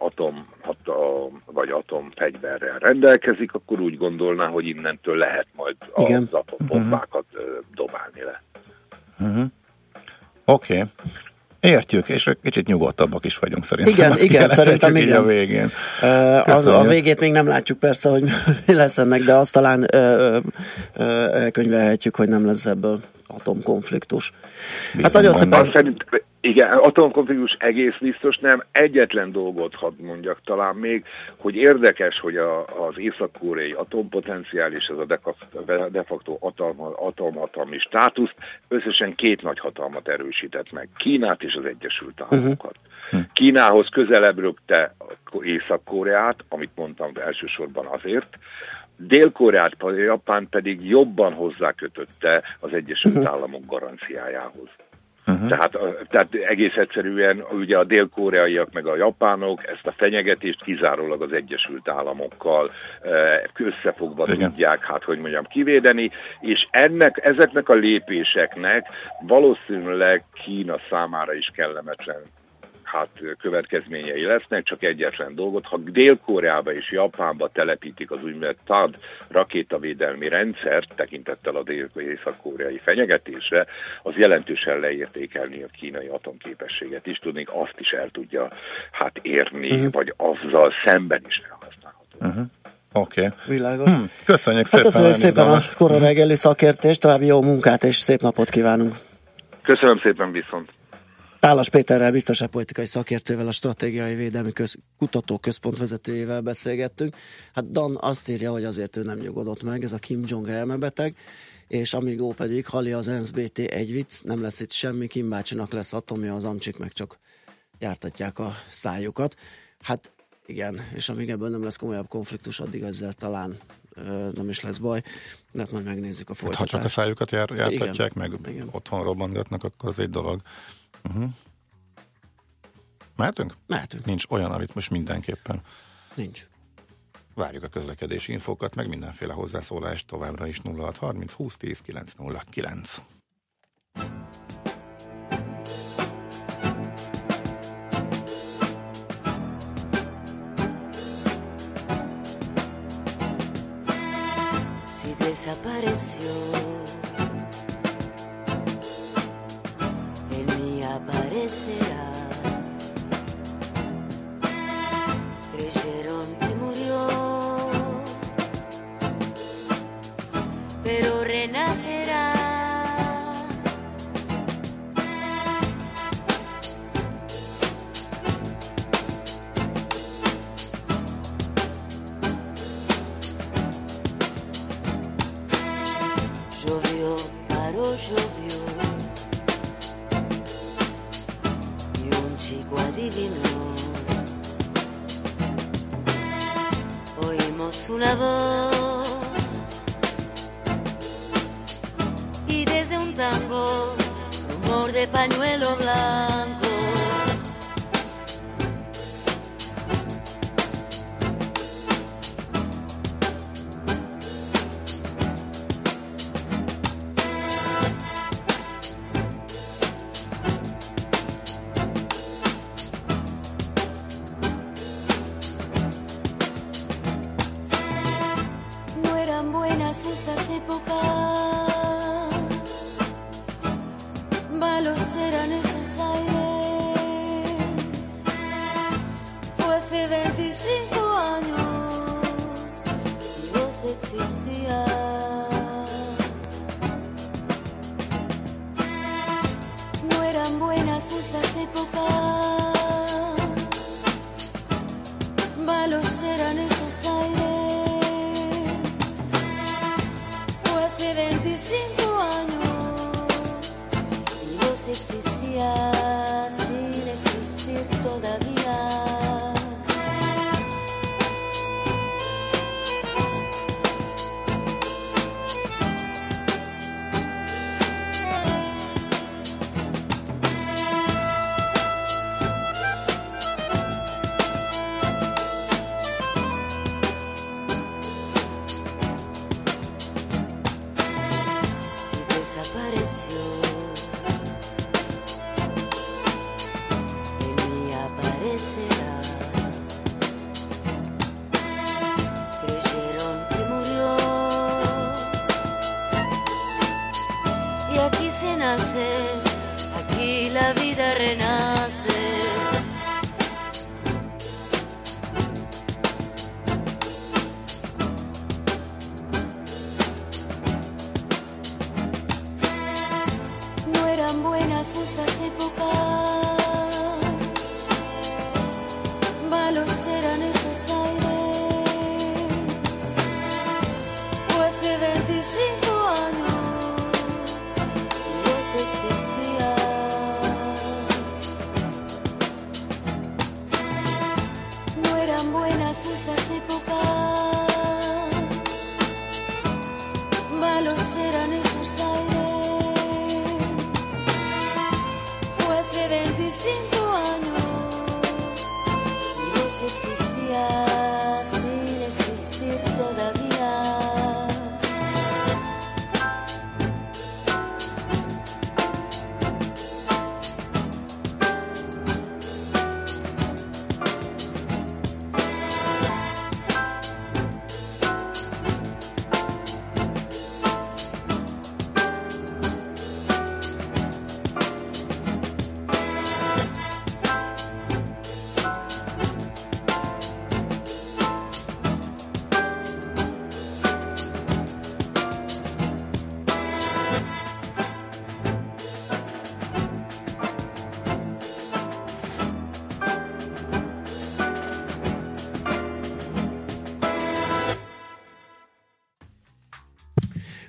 atomfegyverrel rendelkezik, akkor úgy gondolná, hogy innentől lehet majd az atombombákat dobálni le. Oké. Értjük, és kicsit nyugodtabbak is vagyunk szerintem. Igen, szerintem igen. A végén. A végét még nem látjuk persze, hogy mi lesz ennek, de azt talán elkönyvelhetjük, hogy nem lesz ebből atomkonfliktus. Hát nagyon szépen... Igen, atomkonfliktus egész biztos nem. Egyetlen dolgot hadd mondjak talán még, hogy érdekes, hogy az észak-koreai atompotenciál és ez a de facto atomhatalmi státuszt összesen 2 nagyhatalmat erősített meg. Kínát és az Egyesült Államokat. Kínához közelebb rögte Észak-Koreát, amit mondtam elsősorban azért, Dél-Koreát, Japán pedig jobban hozzákötötte az Egyesült Államok garanciájához. Tehát egész egyszerűen ugye a dél-koreaiak meg a japánok ezt a fenyegetést kizárólag az Egyesült Államokkal összefogva tudják, kivédeni, és ezeknek a lépéseknek valószínűleg Kína számára is kellemetlen következményei lesznek, csak egyetlen dolgot. Ha Dél-Koreába és Japánba telepítik az úgynevezett THAAD rakétavédelmi rendszert, tekintettel a észak-koreai fenyegetésre, az jelentősen leértékelni a kínai atomképességet is, tudnék, azt is el tudja érni, vagy azzal szemben is felhasználható. Oké. Világos. Köszönjük szépen. Köszönjük szépen a kora reggeli szakértést, további jó munkát és szép napot kívánunk. Köszönöm szépen, viszont. Tálas Péterrel, biztonságpolitikai szakértővel, a Stratégiai Védelmi Kutatóközpont vezetőjével beszélgettünk. Hát Dan azt írja, hogy azért ő nem nyugodott meg, ez a Kim Jong elmebeteg, és Amigo pedig hali az ENSZ-BT egy vicc, nem lesz itt semmi, Kim bácsinak lesz atomja, az amcsik meg csak jártatják a szájukat. Hát igen, és amíg ebből nem lesz komolyabb konfliktus, addig ezzel talán nem is lesz baj, de hát majd megnézzük a folytatást. Ha csak a szájukat jártatják, meg otthon robbantgatnak, akkor az egy dolog. Mehetünk? Mehetünk. Nincs olyan, amit most mindenképpen. Nincs. Várjuk a közlekedési infókat, meg mindenféle hozzászólást továbbra is 0630 20 10 909. Si desapareció, en mí aparecerá. Creyeron que murió, pero renacerá. Llovió, paró, llovió, y un chico adivinó. Oímos una voz y desde un tango, rumor de pañuelo blanco. Esas épocas, malos eran esos aires. Fue hace 25 años y vos existías. No eran buenas esas épocas, malos eran esos aires. 25 años y vos existías sin existir todavía. Desapareció, en mí aparecerá. Creyeron que murió, y aquí se nace, aquí la vida renace.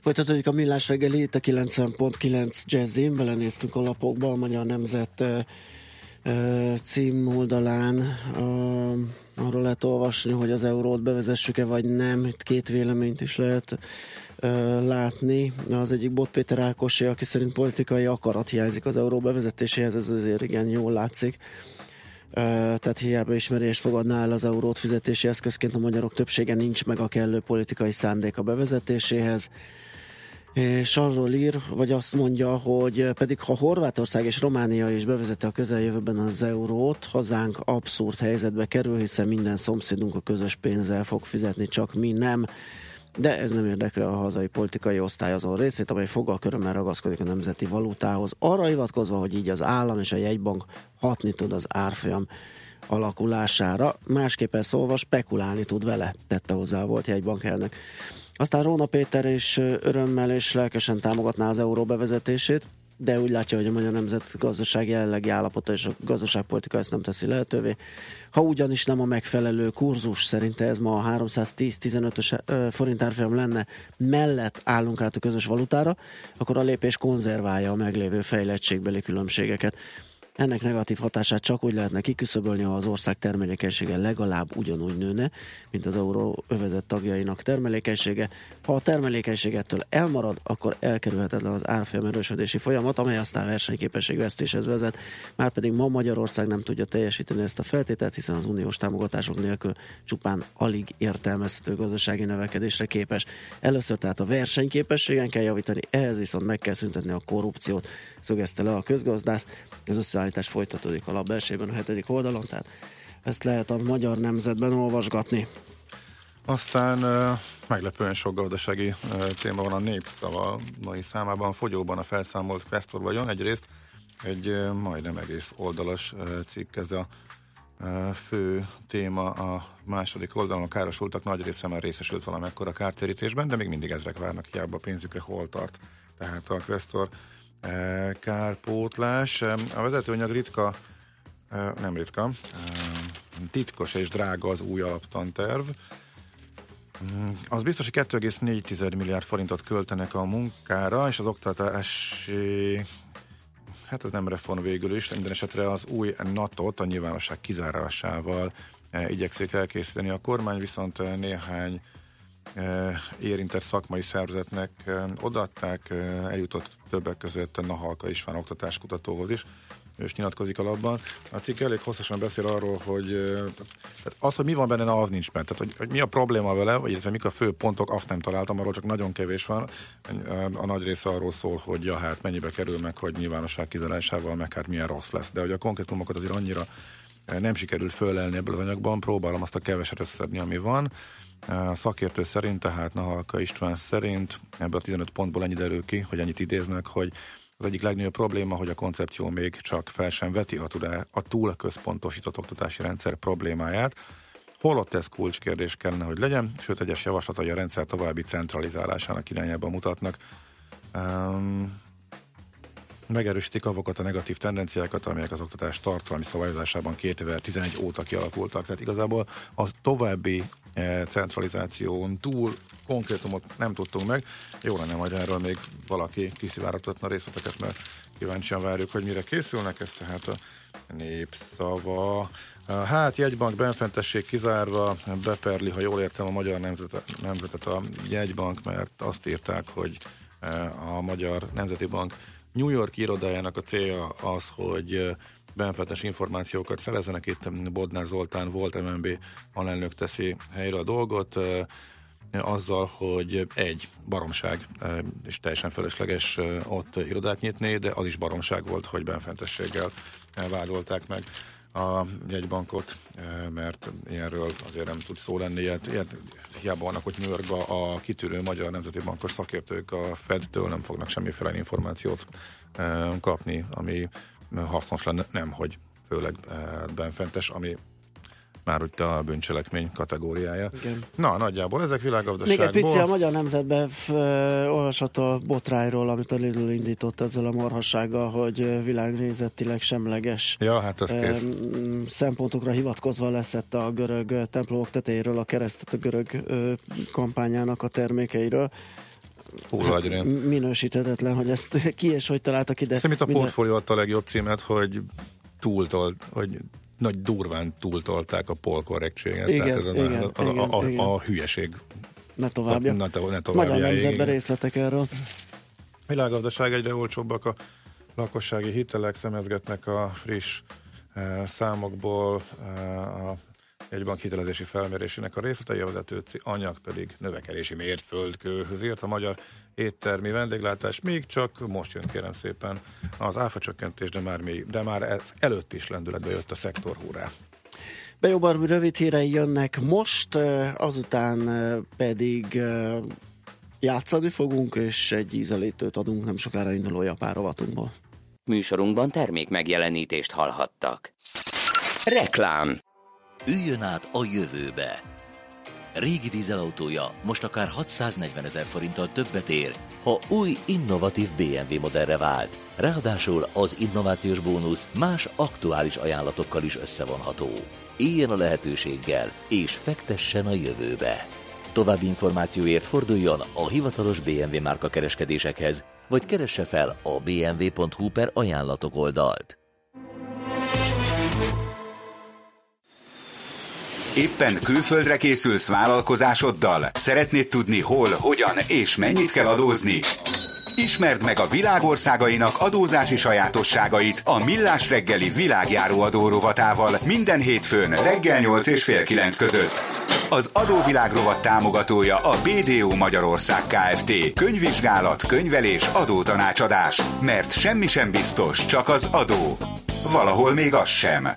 Folytatódik a Millás reggeli, itt a 90.9 Jazzin, belenéztünk a lapokba, a Magyar Nemzet címoldalán arról lehet olvasni, hogy az eurót bevezessük-e vagy nem. Itt két véleményt is lehet látni. Az egyik Bot Péter Ákosé, aki szerint politikai akarat hiányzik az euró bevezetéséhez, ez azért igen jól látszik. Tehát hiába ismerést fogadná el az eurót fizetési eszközként, a magyarok többsége nincs meg a kellő politikai szándék a bevezetéséhez. És arról ír, vagy azt mondja, hogy pedig ha Horvátország és Románia is bevezeti a közeljövőben az eurót, hazánk abszurd helyzetbe kerül, hiszen minden szomszédunk a közös pénzzel fog fizetni, csak mi nem. De ez nem érdekli a hazai politikai osztály azon részét, amely fogalkörömmel ragaszkodik a nemzeti valutához, arra hivatkozva, hogy így az állam és a jegybank hatni tud az árfolyam alakulására. Másképpen szólva spekulálni tud vele, tette hozzá a volt jegybank elnök. Aztán Róna Péter is örömmel és lelkesen támogatná az euró bevezetését, de úgy látja, hogy a magyar nemzet gazdasági jelenlegi állapota és a gazdaságpolitika ezt nem teszi lehetővé. Ha ugyanis nem a megfelelő kurzus, szerinte ez ma a 310-15-ös forint árfolyam lenne, mellett állunk át a közös valutára, akkor a lépés konzerválja a meglévő fejlettségbeli különbségeket. Ennek negatív hatását csak úgy lehetne kiküszöbölni, ha az ország termelékenysége legalább ugyanúgy nőne, mint az euróövezet tagjainak termelékenysége. Ha a termelékenységettől elmarad, akkor elkerülhetetlen az árfolyam erősödési folyamat, amely aztán versenyképességvesztéshez vezet. Márpedig ma Magyarország nem tudja teljesíteni ezt a feltételt, hiszen az uniós támogatások nélkül csupán alig értelmezhető gazdasági növekedésre képes. Először tehát a versenyképességen kell javítani, ehhez viszont meg kell szüntetni a korrupciót, szögezte le a közgazdász. Az összeállítás folytatódik a lap belsejében a 7. oldalon, tehát ezt lehet a Magyar Nemzetben olvasgatni. Aztán meglepően sok gazdasági téma van a Népszava mai számában, fogyóban a felszámolt Questor vagyon. Egyrészt egy majdnem egész oldalas cikk, ez a fő téma. A második oldalon a károsultak nagy része már részesült valamekkora kártérítésben, de még mindig ezrek várnak, hiába a pénzükre hol tart. Tehát a Questor kárpótlás. A vezetőanyag titkos és drága az új alaptanterv. Az biztos, hogy 2,4 milliárd forintot költenek a munkára, és az oktatási, hát ez nem reform végül is, minden esetre az új NATO-t a nyilvánosság kizárásával igyekszik elkészíteni. A kormány viszont néhány érintett szakmai szervezetnek odaadták, eljutott többek között Nahalka István oktatáskutatóhoz is, ő is nyilatkozik alapban. A cikk elég hosszasan beszél arról, hogy az, hogy mi van benne, az nincs benne. Tehát, hogy mi a probléma vele, vagy illetve mik a fő pontok, azt nem találtam, arról csak nagyon kevés van. A nagy része arról szól, hogy ja, hát mennyibe kerül meg, hogy nyilvánosság kizárásával, meg hát milyen rossz lesz. De hogy a konkrétumokat azért annyira nem sikerült fölelni ebből az anyagban, próbálom azt a keveset összedni, ami van. A szakértő szerint, tehát Nahalka István szerint ebből a 15 pontból ennyi derül ki, hogy ennyit idéznek, hogy az egyik legnagyobb probléma, hogy a koncepció még csak fel sem veti a túl központosított oktatási rendszer problémáját, holott ez kulcskérdés kellene, hogy legyen, sőt egyes javaslatai a rendszer további centralizálásának irányába mutatnak. Megerősítik azokat a negatív tendenciákat, amelyek az oktatás tartalmi szabályozásában 2011 óta kialakultak. Tehát igazából a további centralizáción túl konkrétumot nem tudtunk meg. Jó lenne majd erről még valaki kiszivárogtatna részleteket, mert kíváncsian várjuk, hogy mire készülnek. Ez tehát a Népszava. Hát jegybank benfentesség kizárva, beperli, ha jól értem, a Magyar Nemzetet a jegybank, mert azt írták, hogy a Magyar Nemzeti Bank New York irodájának a célja az, hogy benfentes információkat szerezzenek. Itt Bodnár Zoltán volt MNB alelnök teszi helyre a dolgot, azzal, hogy egy baromság, és teljesen fölösleges ott irodát nyitni, de az is baromság volt, hogy benfentességgel vádolták meg a jegybankot, mert ilyenről azért nem tud szó lenni. Ilyet hiába vannak, hogy New Yorkban a kitűrő Magyar Nemzeti Bankos szakértők a Fedtől nem fognak semmiféle információt kapni, ami hasznos lenne, nem, hogy főleg benfentes, ami már úgy a bűncselekmény kategóriája. Igen. Na, nagyjából ezek világgazdaságból. Még egy pici a Magyar Nemzetben olvasott a botrájról, amit a Lidl indított ezzel a marhassággal, hogy világnézetileg semleges hát kész. Szempontokra hivatkozva leszett a görög templomok tetejéről a keresztet a görög kampányának a termékeiről. minősíthetetlen, hogy ezt ki és hogy találtak ide. Szerintem a portfólió adta a legjobb címet, hogy hogy nagy durván túltolták a polkorrektséget. Igen, tehát a hülyeség. Ne továbbja. Ne továbbja. Magyar Nemzetben részletek erről. Világgazdaság, egyre olcsóbbak a lakossági hitelek, szemezgetnek a friss számokból a jegybank hitelezési felmérésének a részletei, a vezető anyag pedig növekedési mérföldkőhöz ért. A magyar éttermi vendéglátás még csak most jön, kérem szépen, az áfacsökkentés, de már ez előtt is lendületbe jött a szektor, hurrá. Bejó Barbi rövid hírei jönnek most, azután pedig játszani fogunk, és egy ízelítőt adunk nem sokára induló japán rovatunkból. Műsorunkban termék megjelenítést hallhattak. Reklám. Üljön át a jövőbe. Régi dízelautója most akár 640 000 forinttal többet ér, ha új, innovatív BMW modellre vált. Ráadásul az innovációs bónusz más aktuális ajánlatokkal is összevonható. Éljen a lehetőséggel, és fektessen a jövőbe. További információért forduljon a hivatalos BMW márka kereskedésekhez, vagy keresse fel a bmw.hu/ajánlatok oldalt. Éppen külföldre készülsz vállalkozásoddal? Szeretnéd tudni hol, hogyan és mennyit kell adózni? Ismerd meg a világ országainak adózási sajátosságait a Millás reggeli világjáró adó rovatával minden hétfőn reggel 8 és fél 9 között. Az adóvilág rovat támogatója a BDO Magyarország Kft. Könyvvizsgálat, könyvelés, adótanácsadás. Mert semmi sem biztos, csak az adó. Valahol még az sem.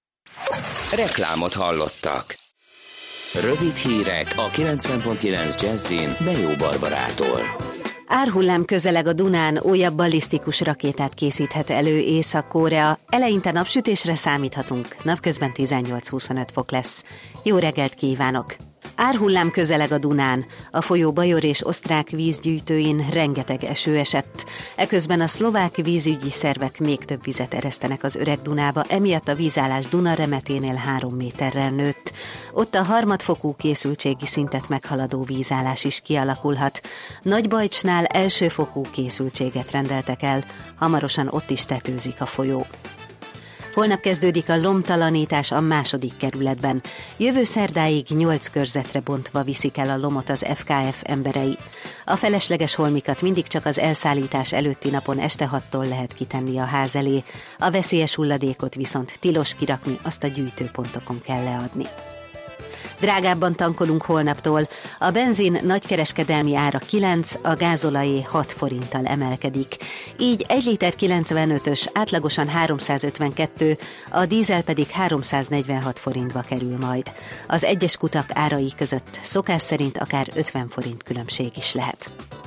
Reklámot hallottak. Rövid hírek a 90.9 Jazzin Bejó Barbarától. Árhullám közeleg a Dunán, újabb ballisztikus rakétát készíthet elő Észak-Korea. Eleinte napsütésre számíthatunk, napközben 18-25 fok lesz. Jó reggelt kívánok! Árhullám közeleg a Dunán, a folyó bajor és osztrák vízgyűjtőin rengeteg eső esett. Eközben a szlovák vízügyi szervek még több vizet eresztenek az Öreg Dunába, emiatt a vízállás Duna remeténél 3 méterrel nőtt. Ott a harmadfokú készültségi szintet meghaladó vízállás is kialakulhat. Nagybajcsnál elsőfokú készültséget rendeltek el, hamarosan ott is tetőzik a folyó. Holnap kezdődik a lomtalanítás a 2. kerületben. Jövő szerdáig 8 körzetre bontva viszik el a lomot az FKF emberei. A felesleges holmikat mindig csak az elszállítás előtti napon este 6-tól lehet kitenni a ház elé. A veszélyes hulladékot viszont tilos kirakni, azt a gyűjtőpontokon kell leadni. Drágábban tankolunk holnaptól. A benzin nagykereskedelmi ára 9, a gázolajé 6 forinttal emelkedik. Így 1 liter 95-ös átlagosan 352, a dízel pedig 346 forintba kerül majd. Az egyes kutak árai között szokás szerint akár 50 forint különbség is lehet.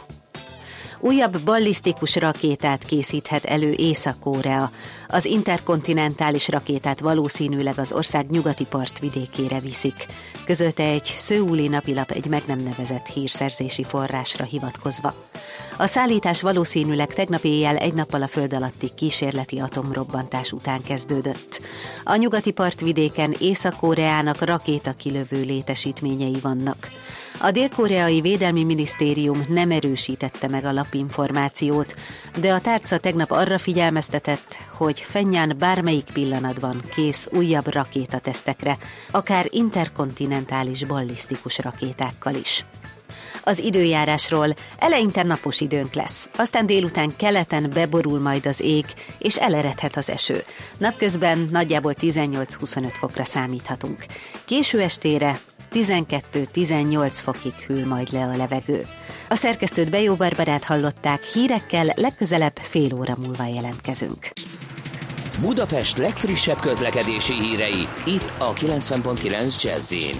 Újabb ballisztikus rakétát készíthet elő Észak-Korea. Az interkontinentális rakétát valószínűleg az ország nyugati partvidékére viszik, közölte egy szöuli napilap egy meg nem nevezett hírszerzési forrásra hivatkozva. A szállítás valószínűleg tegnap éjjel egy nappal a föld alatti kísérleti atomrobbantás után kezdődött. A nyugati partvidéken Észak-Koreának rakétakilövő létesítményei vannak. A dél-koreai védelmi minisztérium nem erősítette meg a lapinformációt, de a tárca tegnap arra figyelmeztetett, hogy Pjongjang bármelyik pillanatban kész újabb rakétatesztekre, akár interkontinentális ballisztikus rakétákkal is. Az időjárásról: eleinte napos időnk lesz, aztán délután keleten beborul majd az ég, és eleredhet az eső. Napközben nagyjából 18-25 fokra számíthatunk. Késő estére 12-18 fokig hűl majd le a levegő. A szerkesztőt Bejó Barbarát hallották, hírekkel legközelebb fél óra múlva jelentkezünk. Budapest legfrissebb közlekedési hírei, itt a 90.9 Jazzin.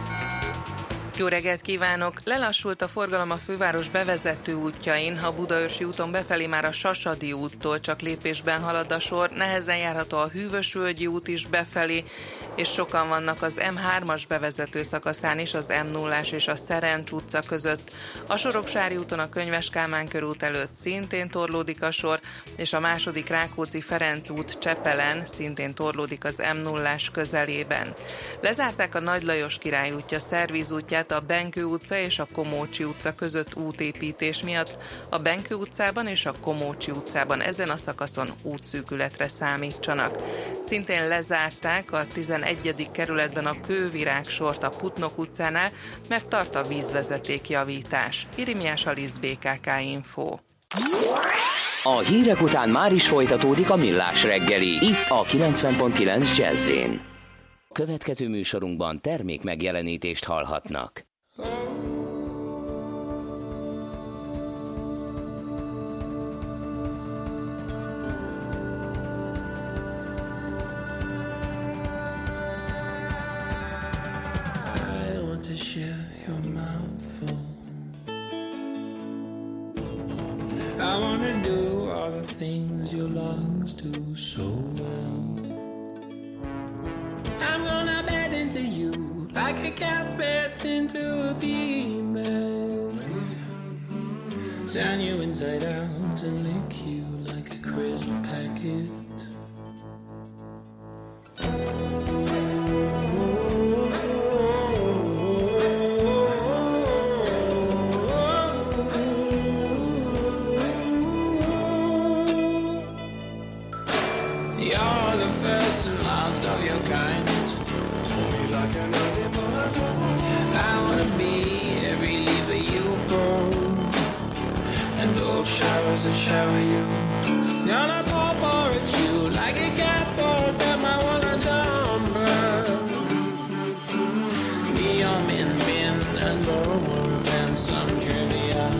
Jó reggelt kívánok! Lelassult a forgalom a főváros bevezető útjain, a Budaörsi úton befelé már a Sasadi úttól csak lépésben halad a sor, nehezen járható a Hűvösvölgyi út is befelé, és sokan vannak az M3-as bevezető szakaszán is, az M0-as és a Szerencs utca között. A Soroksári úton a Könyves Kálmán körút előtt szintén torlódik a sor, és a második Rákóczi-Ferenc út Csepelen szintén torlódik az M0-as közelében. Lezárták a Nagy Lajos Király útja szervízútját a Benkő utca és a Komócsi utca között útépítés miatt. A Benkő utcában és a Komócsi utcában ezen a szakaszon útszűkületre számítsanak. Szintén lezárták a 11. kerületben a Kővirág sort a Putnok utcánál, mert tart a vízvezetékjavítás. Irimiás Alisz, BKK Info. A hírek után már is folytatódik a Millás reggeli, itt a 90.9 Jazz-én. Következő műsorunkban termék megjelenítést hallhatnak. I wanna do all the things your lungs do so well. I'm gonna bed into you like a cat beds into a female. Turn you inside out and lick you like a crisp packet. To shower you, gonna pour at you like a cat pours at my wallet umbrella. Me, I'm in and go more than some trivia.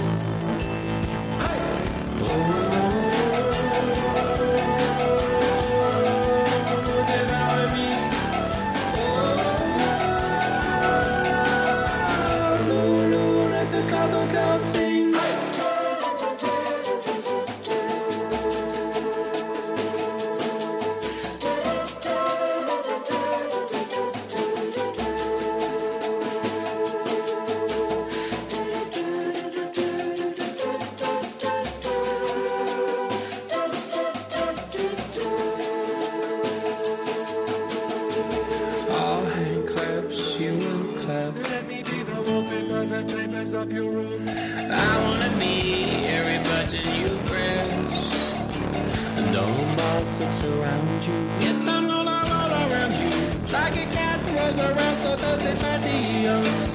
Devour me. No, let the cover girl sing. I wanna be every button you press, and all the mouths that's around you. Yes, I'm gonna roll around you like a cat rolls around, so does it adios.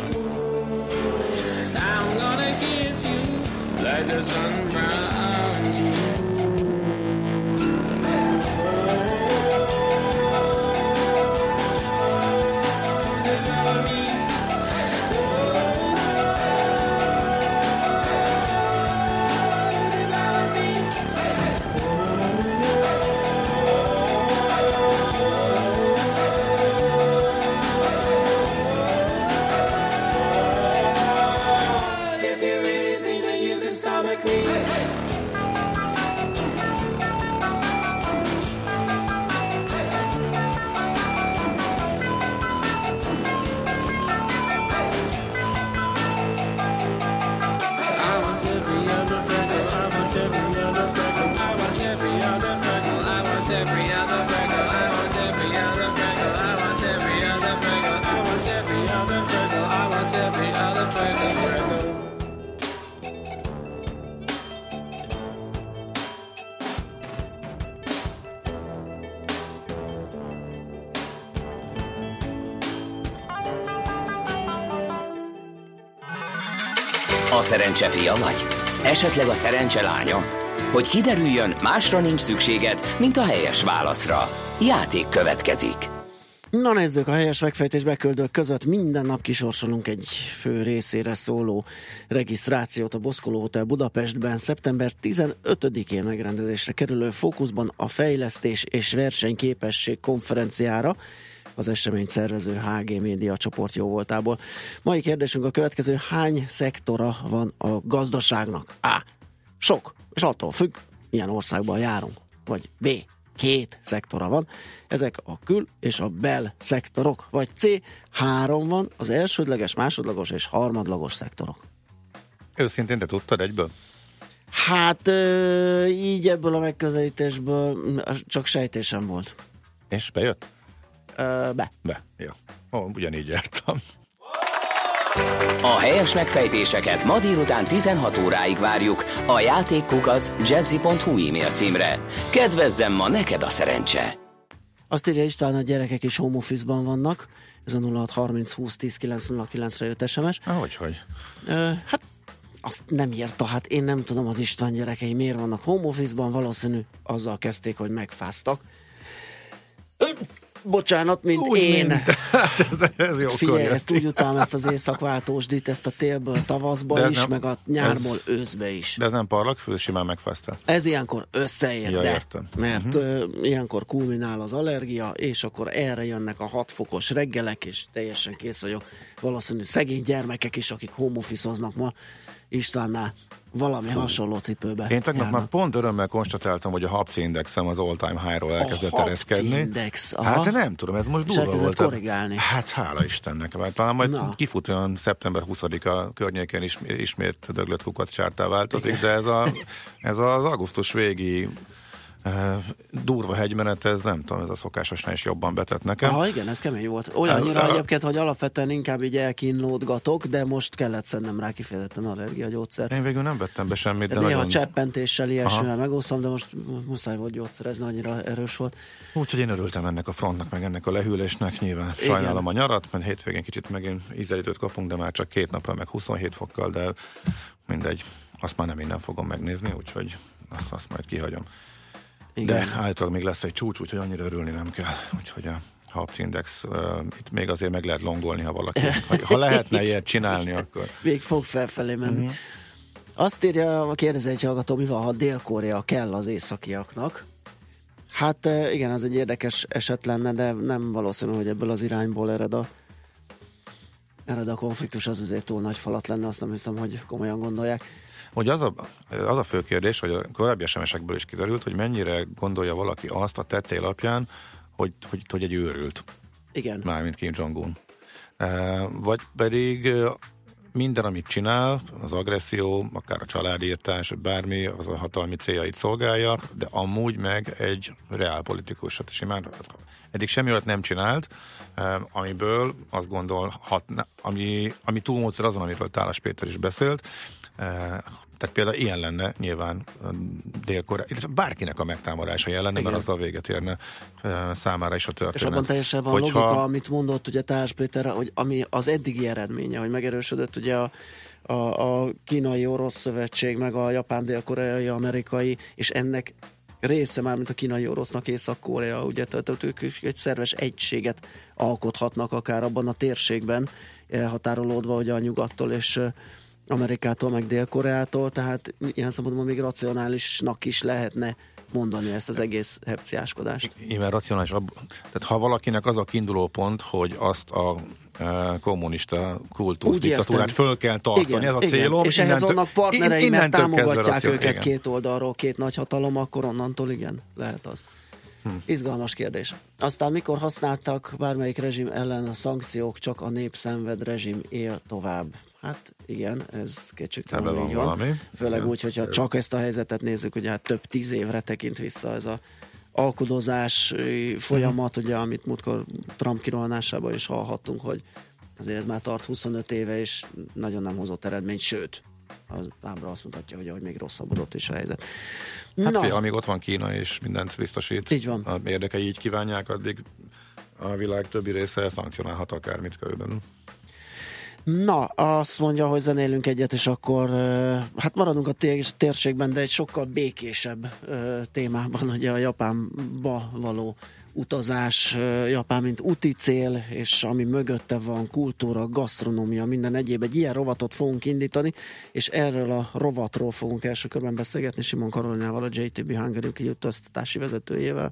I'm gonna kiss you like the sun browns you. A szerencse fia vagy? Esetleg a szerencse lánya? Hogy kiderüljön, másra nincs szükséged, mint a helyes válaszra. Játék következik. Na nézzük, a helyes megfejtés beküldők között minden nap kisorsolunk egy fő részére szóló regisztrációt a Boszkoló Hotel Budapestben. Szeptember 15-én megrendezésre kerülő Fókuszban a fejlesztés és versenyképesség konferenciára, az eseményt szervező HG Média csoport jóvoltából. Mai kérdésünk a következő: hány szektora van a gazdaságnak? A. Sok, és attól függ, milyen országban járunk. Vagy B. 2 szektora van. Ezek a kül- és a bel szektorok, vagy C, 3 van, az elsődleges, másodlagos és harmadlagos szektorok. Őszintén, te tudtad egyből? Hát így ebből a megközelítésből csak sejtésem volt. És bejött? Be. Jó. Ugyanígy jártam. A helyes megfejtéseket ma délután 16 óráig várjuk a játékkukac@jazzy.hu e-mail címre. Kedvezzem ma neked a szerencse! Azt írja István, a gyerekek is home office-ban vannak. Ez a 0630 20 10 909-re jött SMS. Hogy? Hát azt nem írta, hát én nem tudom, az István gyerekei miért vannak home office-ban, valószínű azzal kezdték, hogy megfáztak. Bocsánat, mint úgy én. Ez jó. Figyelj, ezt úgy utálom, ezt az éjszakváltósdit, ezt a télből tavaszba is, meg a nyárból őszbe is. De ez nem parlagfű, simán megfáztál. Ez ilyenkor összeér, ja, de mert ilyenkor kulminál az allergia, és akkor erre jönnek a 6 fokos reggelek, és teljesen kész vagyok. Valószínű szegény gyermekek is, akik home office-oznak ma Istvánnál, valami hasonló cipőbe. Én tegnap már pont örömmel konstatáltam, hogy a HAPC indexem az all-time high-ról elkezdett ereszkedni. Index, hát nem tudom, ez most durva volt. Korrigálni. Hát hála Istennek, mert talán majd kifut olyan szeptember 20-a környékén ismét döglött kukac csártá változik, de ez az augusztus végi durva hegymenet, ez nem tudom, ez a szokásosnál is jobban betett nekem. Igen, ez kemény volt. Olyannyira egyébként, hogy alapvetően inkább így elkínlódgatok, de most kellett szednem rá kifejezetten allergiagyógyszert. Én végül nem vettem be semmit, de néha cseppentéssel, ilyesmivel megúszom, de most muszáj volt gyógyszerezni, annyira erős volt. Úgyhogy én örültem ennek a frontnak, meg ennek a lehűlésnek, nyilván sajnálom a nyarat, mert hétvégén kicsit megint ízelítőt kapunk, de már csak 2 napra, meg 27 fokkal, de mindegy, azt már nem innen fogom megnézni, úgyhogy azt majd kihagyom. Igen. De általában még lesz egy csúcs, úgyhogy annyira örülni nem kell. Úgyhogy a HAPC Index itt még azért meg lehet longolni, ha valaki. Ha lehetne ilyet csinálni, akkor... Még fog felfelé menni. Azt írja a kérdező egy hallgató, mi van, ha Dél-Korea kell az északiaknak? Hát igen, ez egy érdekes eset lenne, de nem valószínű, hogy ebből az irányból ered a konfliktus, az azért túl nagy falat lenne, azt nem hiszem, hogy komolyan gondolják. Hogy az a fő kérdés, hogy a korábbi SMS-ekből is kiderült, hogy mennyire gondolja valaki azt a tettél alapján, hogy egy őrült. Igen. Mármint Kim Jong-un. Vagy pedig minden, amit csinál, az agresszió, akár a családírtás, bármi, az a hatalmi céljait szolgálja, de amúgy meg egy reálpolitikus. Hát simán, eddig semmi olyat nem csinált, amiből azt gondolhatna, ami túlmutat azon, amiről Tálas Péter is beszélt. Tehát például ilyen lenne nyilván Dél-Korea, illetve bárkinek a megtámadása ilyen lenne, mert azzal véget érne számára is a történet. És abban teljesen van logika, amit mondott ugye Tálas Péter, hogy ami az eddigi eredménye, hogy megerősödött ugye a kínai-orosz szövetség, meg a japán-dél-koreai, amerikai, és ennek része már, mint a kínai-orosznak Észak-Korea, ugye, tehát ők egy szerves egységet alkothatnak akár abban a térségben, elhatárolódva ugye a nyugattól és Amerikától, meg Dél-Koreától, tehát ilyen szempontból még racionálisnak is lehetne mondani ezt az egész hepciáskodást. Igen, racionális. Tehát ha valakinek az a kiinduló pont, hogy azt a kommunista kultusz diktatúrát föl kell tartani, igen, ez a célom. És ehhez vannak partnerei, mert támogatják őket igen. Két oldalról, két nagyhatalom, akkor onnantól igen, lehet az. Izgalmas kérdés. Aztán mikor használtak bármelyik rezsim ellen a szankciók, csak a népszenved rezsim él tovább? Hát igen, ez kétségtelenül így van. Főleg úgy, hogyha csak ezt a helyzetet nézzük, ugye hát több 10 évre tekint vissza ez a alkudozás folyamat, ugye, amit múltkor Trump kirohanásában is hallhattunk, hogy azért ez már tart 25 éve, és nagyon nem hozott eredményt, sőt, az ábra azt mutatja, hogy még rosszabbodott is a helyzet. Hát fél, amíg ott van Kína, és mindent biztosít, így van. A érdekei így kívánják, addig a világ többi része szankcionálhat akármit körülbelül. Na, azt mondja, hogy zenélünk egyet, és akkor hát maradunk a térségben, de egy sokkal békésebb témában, ugye a Japánba való utazás, Japán mint úti cél, és ami mögötte van, kultúra, gasztronómia, minden egyéb. Egy ilyen rovatot fogunk indítani, és erről a rovatról fogunk első körben beszélgetni Simon Karolinával, a JTB Hungary kiutaztatási vezetőjével.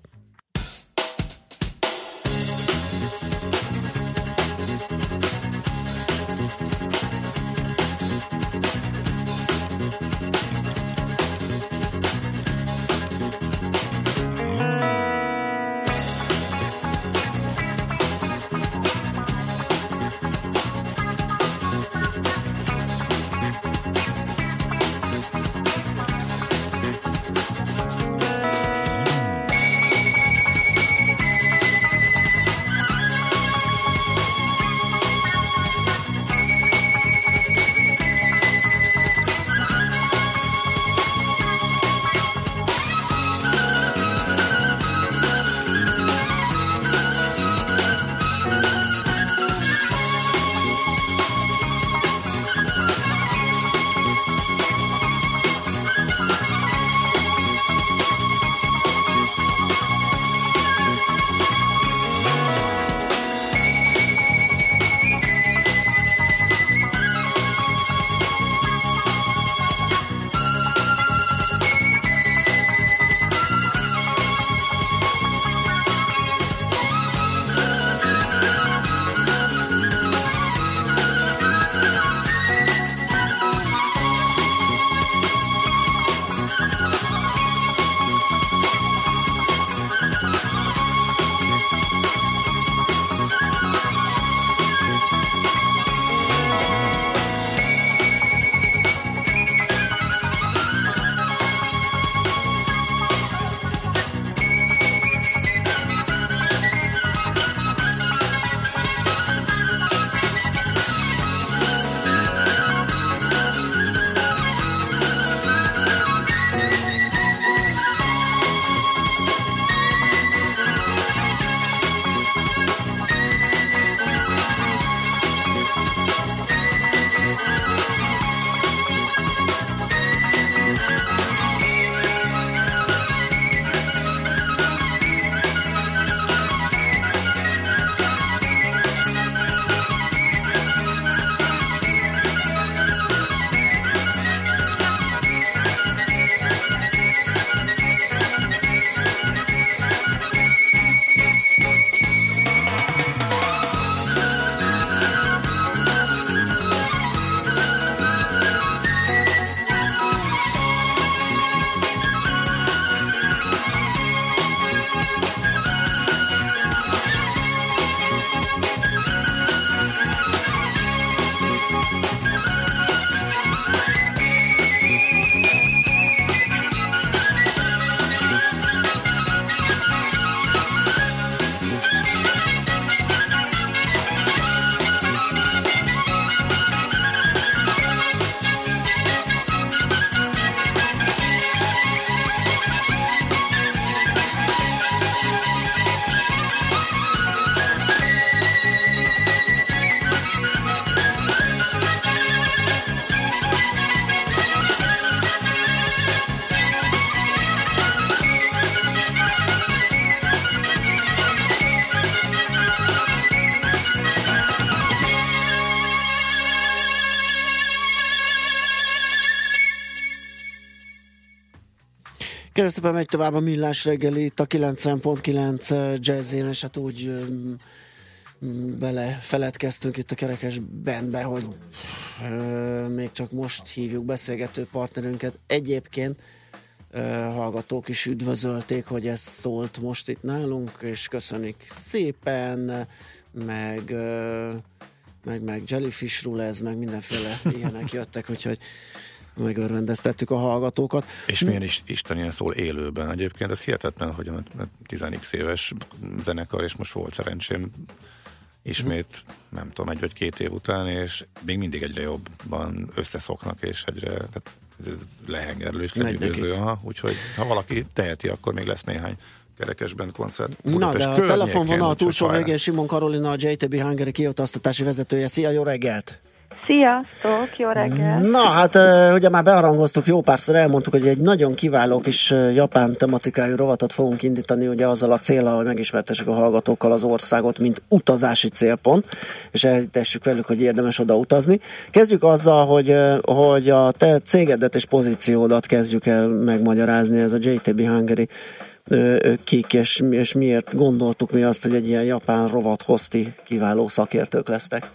Kérlek szépen, megy tovább a Millás reggeli itt a 90.9 Jazzén, és hát úgy belefeledkeztünk itt a kerekes bandbe, hogy még csak most hívjuk beszélgető partnerünket. Egyébként hallgatók is üdvözölték, hogy ez szólt most itt nálunk, és köszönik szépen, meg Jellyfish Rulez, meg mindenféle ilyenek jöttek, úgyhogy megörvendeztettük a hallgatókat. És milyen Isten ilyen szól élőben. Egyébként ez hihetetlen, hogy a 10x éves zenekar, és most volt szerencsém ismét, nem tudom, 1 vagy 2 év után, és még mindig egyre jobban összeszoknak, és egyre, tehát ez lehengerlő és lenyűgöző. Úgyhogy ha valaki teheti, akkor még lesz néhány kerekesben koncert. Na, de a telefonvonal túlsó végén Simon Karolina, a JTB Hungary kiutaztatási vezetője. Szia, jó reggelt! Sziasztok, jó reggelt! Na, hát ugye már beharangoztuk, jó párszor elmondtuk, hogy egy nagyon kiváló kis japán tematikájú rovatot fogunk indítani, ugye azzal a céllal, hogy megismertessük a hallgatókkal az országot, mint utazási célpont, és elhitessük velük, hogy érdemes oda utazni. Kezdjük azzal, hogy a te cégedet és pozíciódat kezdjük el megmagyarázni, ez a JTB Hungary kik, és miért gondoltuk mi azt, hogy egy ilyen japán rovat hozti kiváló szakértők lesztek?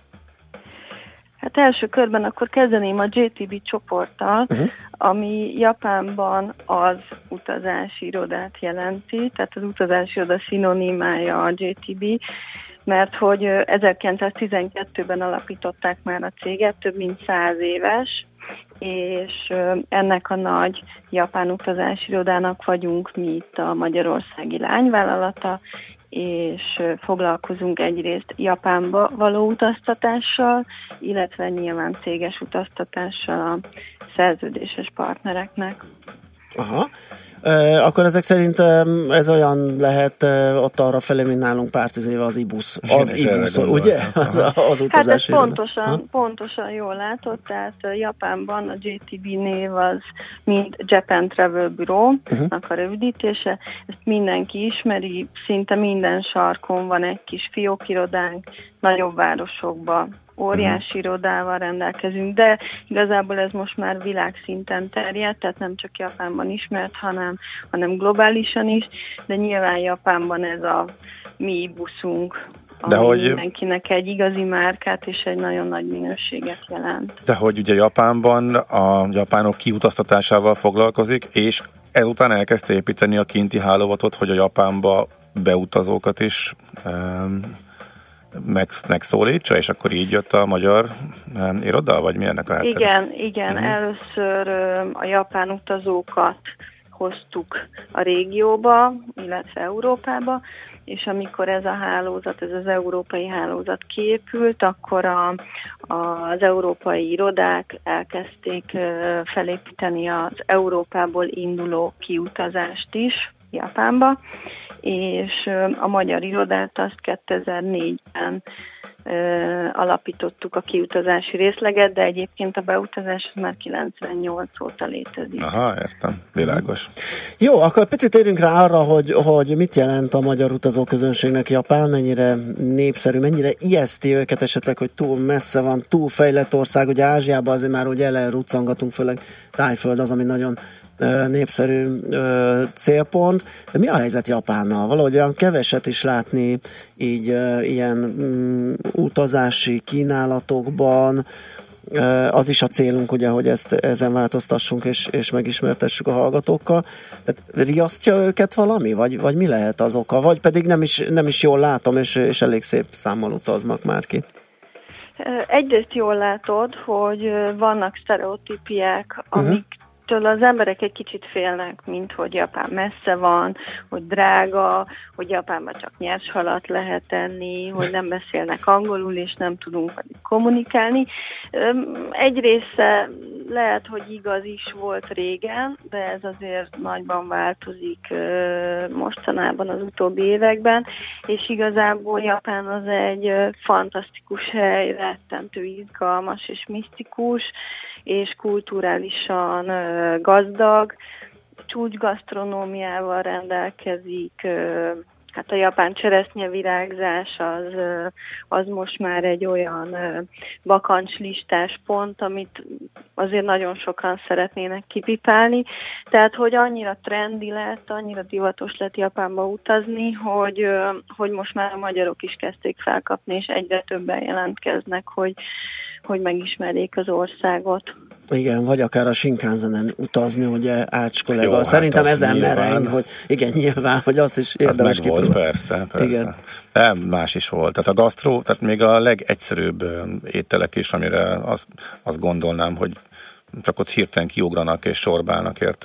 Hát első körben akkor kezdeném a JTB csoporttal, ami Japánban az utazási irodát jelenti, tehát az utazási iroda szinonimája a JTB, mert hogy 1912-ben alapították már a céget, több mint 100 éves, és ennek a nagy japán utazási irodának vagyunk mi itt a magyarországi lányvállalata, és foglalkozunk egyrészt Japánba való utaztatással, illetve nyilván céges utaztatással a szerződéses partnereknek. Aha. Akkor ezek szerint ez olyan lehet ott arra felé, mint nálunk pár 10 éve az IBUS. Az IBUS, ugye? Az utazási hát ez pontosan jól látod, tehát Japánban a JTB név az mint Japan Travel Bureau-nak a rövidítése. Ezt mindenki ismeri, szinte minden sarkon van egy kis fiókirodánk, nagyobb városokban óriási irodával rendelkezünk, de igazából ez most már világszinten terjedt, tehát nem csak Japánban ismert, hanem globálisan is, de nyilván Japánban ez a mi buszunk, ami mindenkinek egy igazi márkát és egy nagyon nagy minőséget jelent. De hogy ugye Japánban a japánok kiutaztatásával foglalkozik, és ezután elkezdte építeni a kinti hálózatot, hogy a Japánba beutazókat is megszólítsa, és akkor így jött a magyar iroda, vagy mi ennek a háttere? Igen. Először a japán utazókat hoztuk a régióba, illetve Európába, és amikor ez a hálózat, ez az európai hálózat kiépült, akkor az európai irodák elkezdték felépíteni az Európából induló kiutazást is Japánba, és a magyar irodát azt 2004-ben alapítottuk a kiutazási részleget, de egyébként a beutazás már 98 óta létezik. Aha, értem, világos. Jó, akkor picit érünk rá arra, hogy mit jelent a magyar utazóközönségnek Japán, mennyire népszerű, mennyire ijeszti őket esetleg, hogy túl messze van, túl fejlett ország, ugye Ázsiában azért már ugye elruccangatunk, főleg Tájföld az, ami nagyon népszerű célpont, de mi a helyzet Japánnal? Valahogy olyan keveset is látni így ilyen utazási kínálatokban, az is a célunk, ugye, hogy ezen változtassunk és megismertessük a hallgatókkal. Tehát riasztja őket valami? Vagy mi lehet az oka? Vagy pedig nem is jól látom, és elég szép számmal utaznak már ki? Egyrészt jól látod, hogy vannak sztereotípiák, amik az emberek egy kicsit félnek, mint hogy Japán messze van, hogy drága, hogy Japánban csak nyers halat lehet enni, hogy nem beszélnek angolul, és nem tudunk kommunikálni. Egy része lehet, hogy igaz is volt régen, de ez azért nagyban változik mostanában az utóbbi években, és igazából Japán az egy fantasztikus hely, rettentő izgalmas és misztikus, és kulturálisan gazdag, csúcsgasztronómiával rendelkezik, hát a japán cseresznyevirágzás az most már egy olyan bakancslistás pont, amit azért nagyon sokan szeretnének kipipálni. Tehát, hogy annyira trendi lett, annyira divatos lett Japánba utazni, hogy most már a magyarok is kezdték felkapni, és egyre többen jelentkeznek, hogy megismerjék az országot. Igen, vagy akár a Shinkansen-en utazni, ugye Ács kollega. Jó, szerintem hát ezen mereng, hogy igen, nyilván, hogy azt is érdemes kipróbálni. Az meg volt, persze. Igen. De más is volt. Tehát a gasztró, tehát még a legegyszerűbb ételek is, amire azt gondolnám, hogy csak ott hirtelen kiugranak és sorbálnak érte.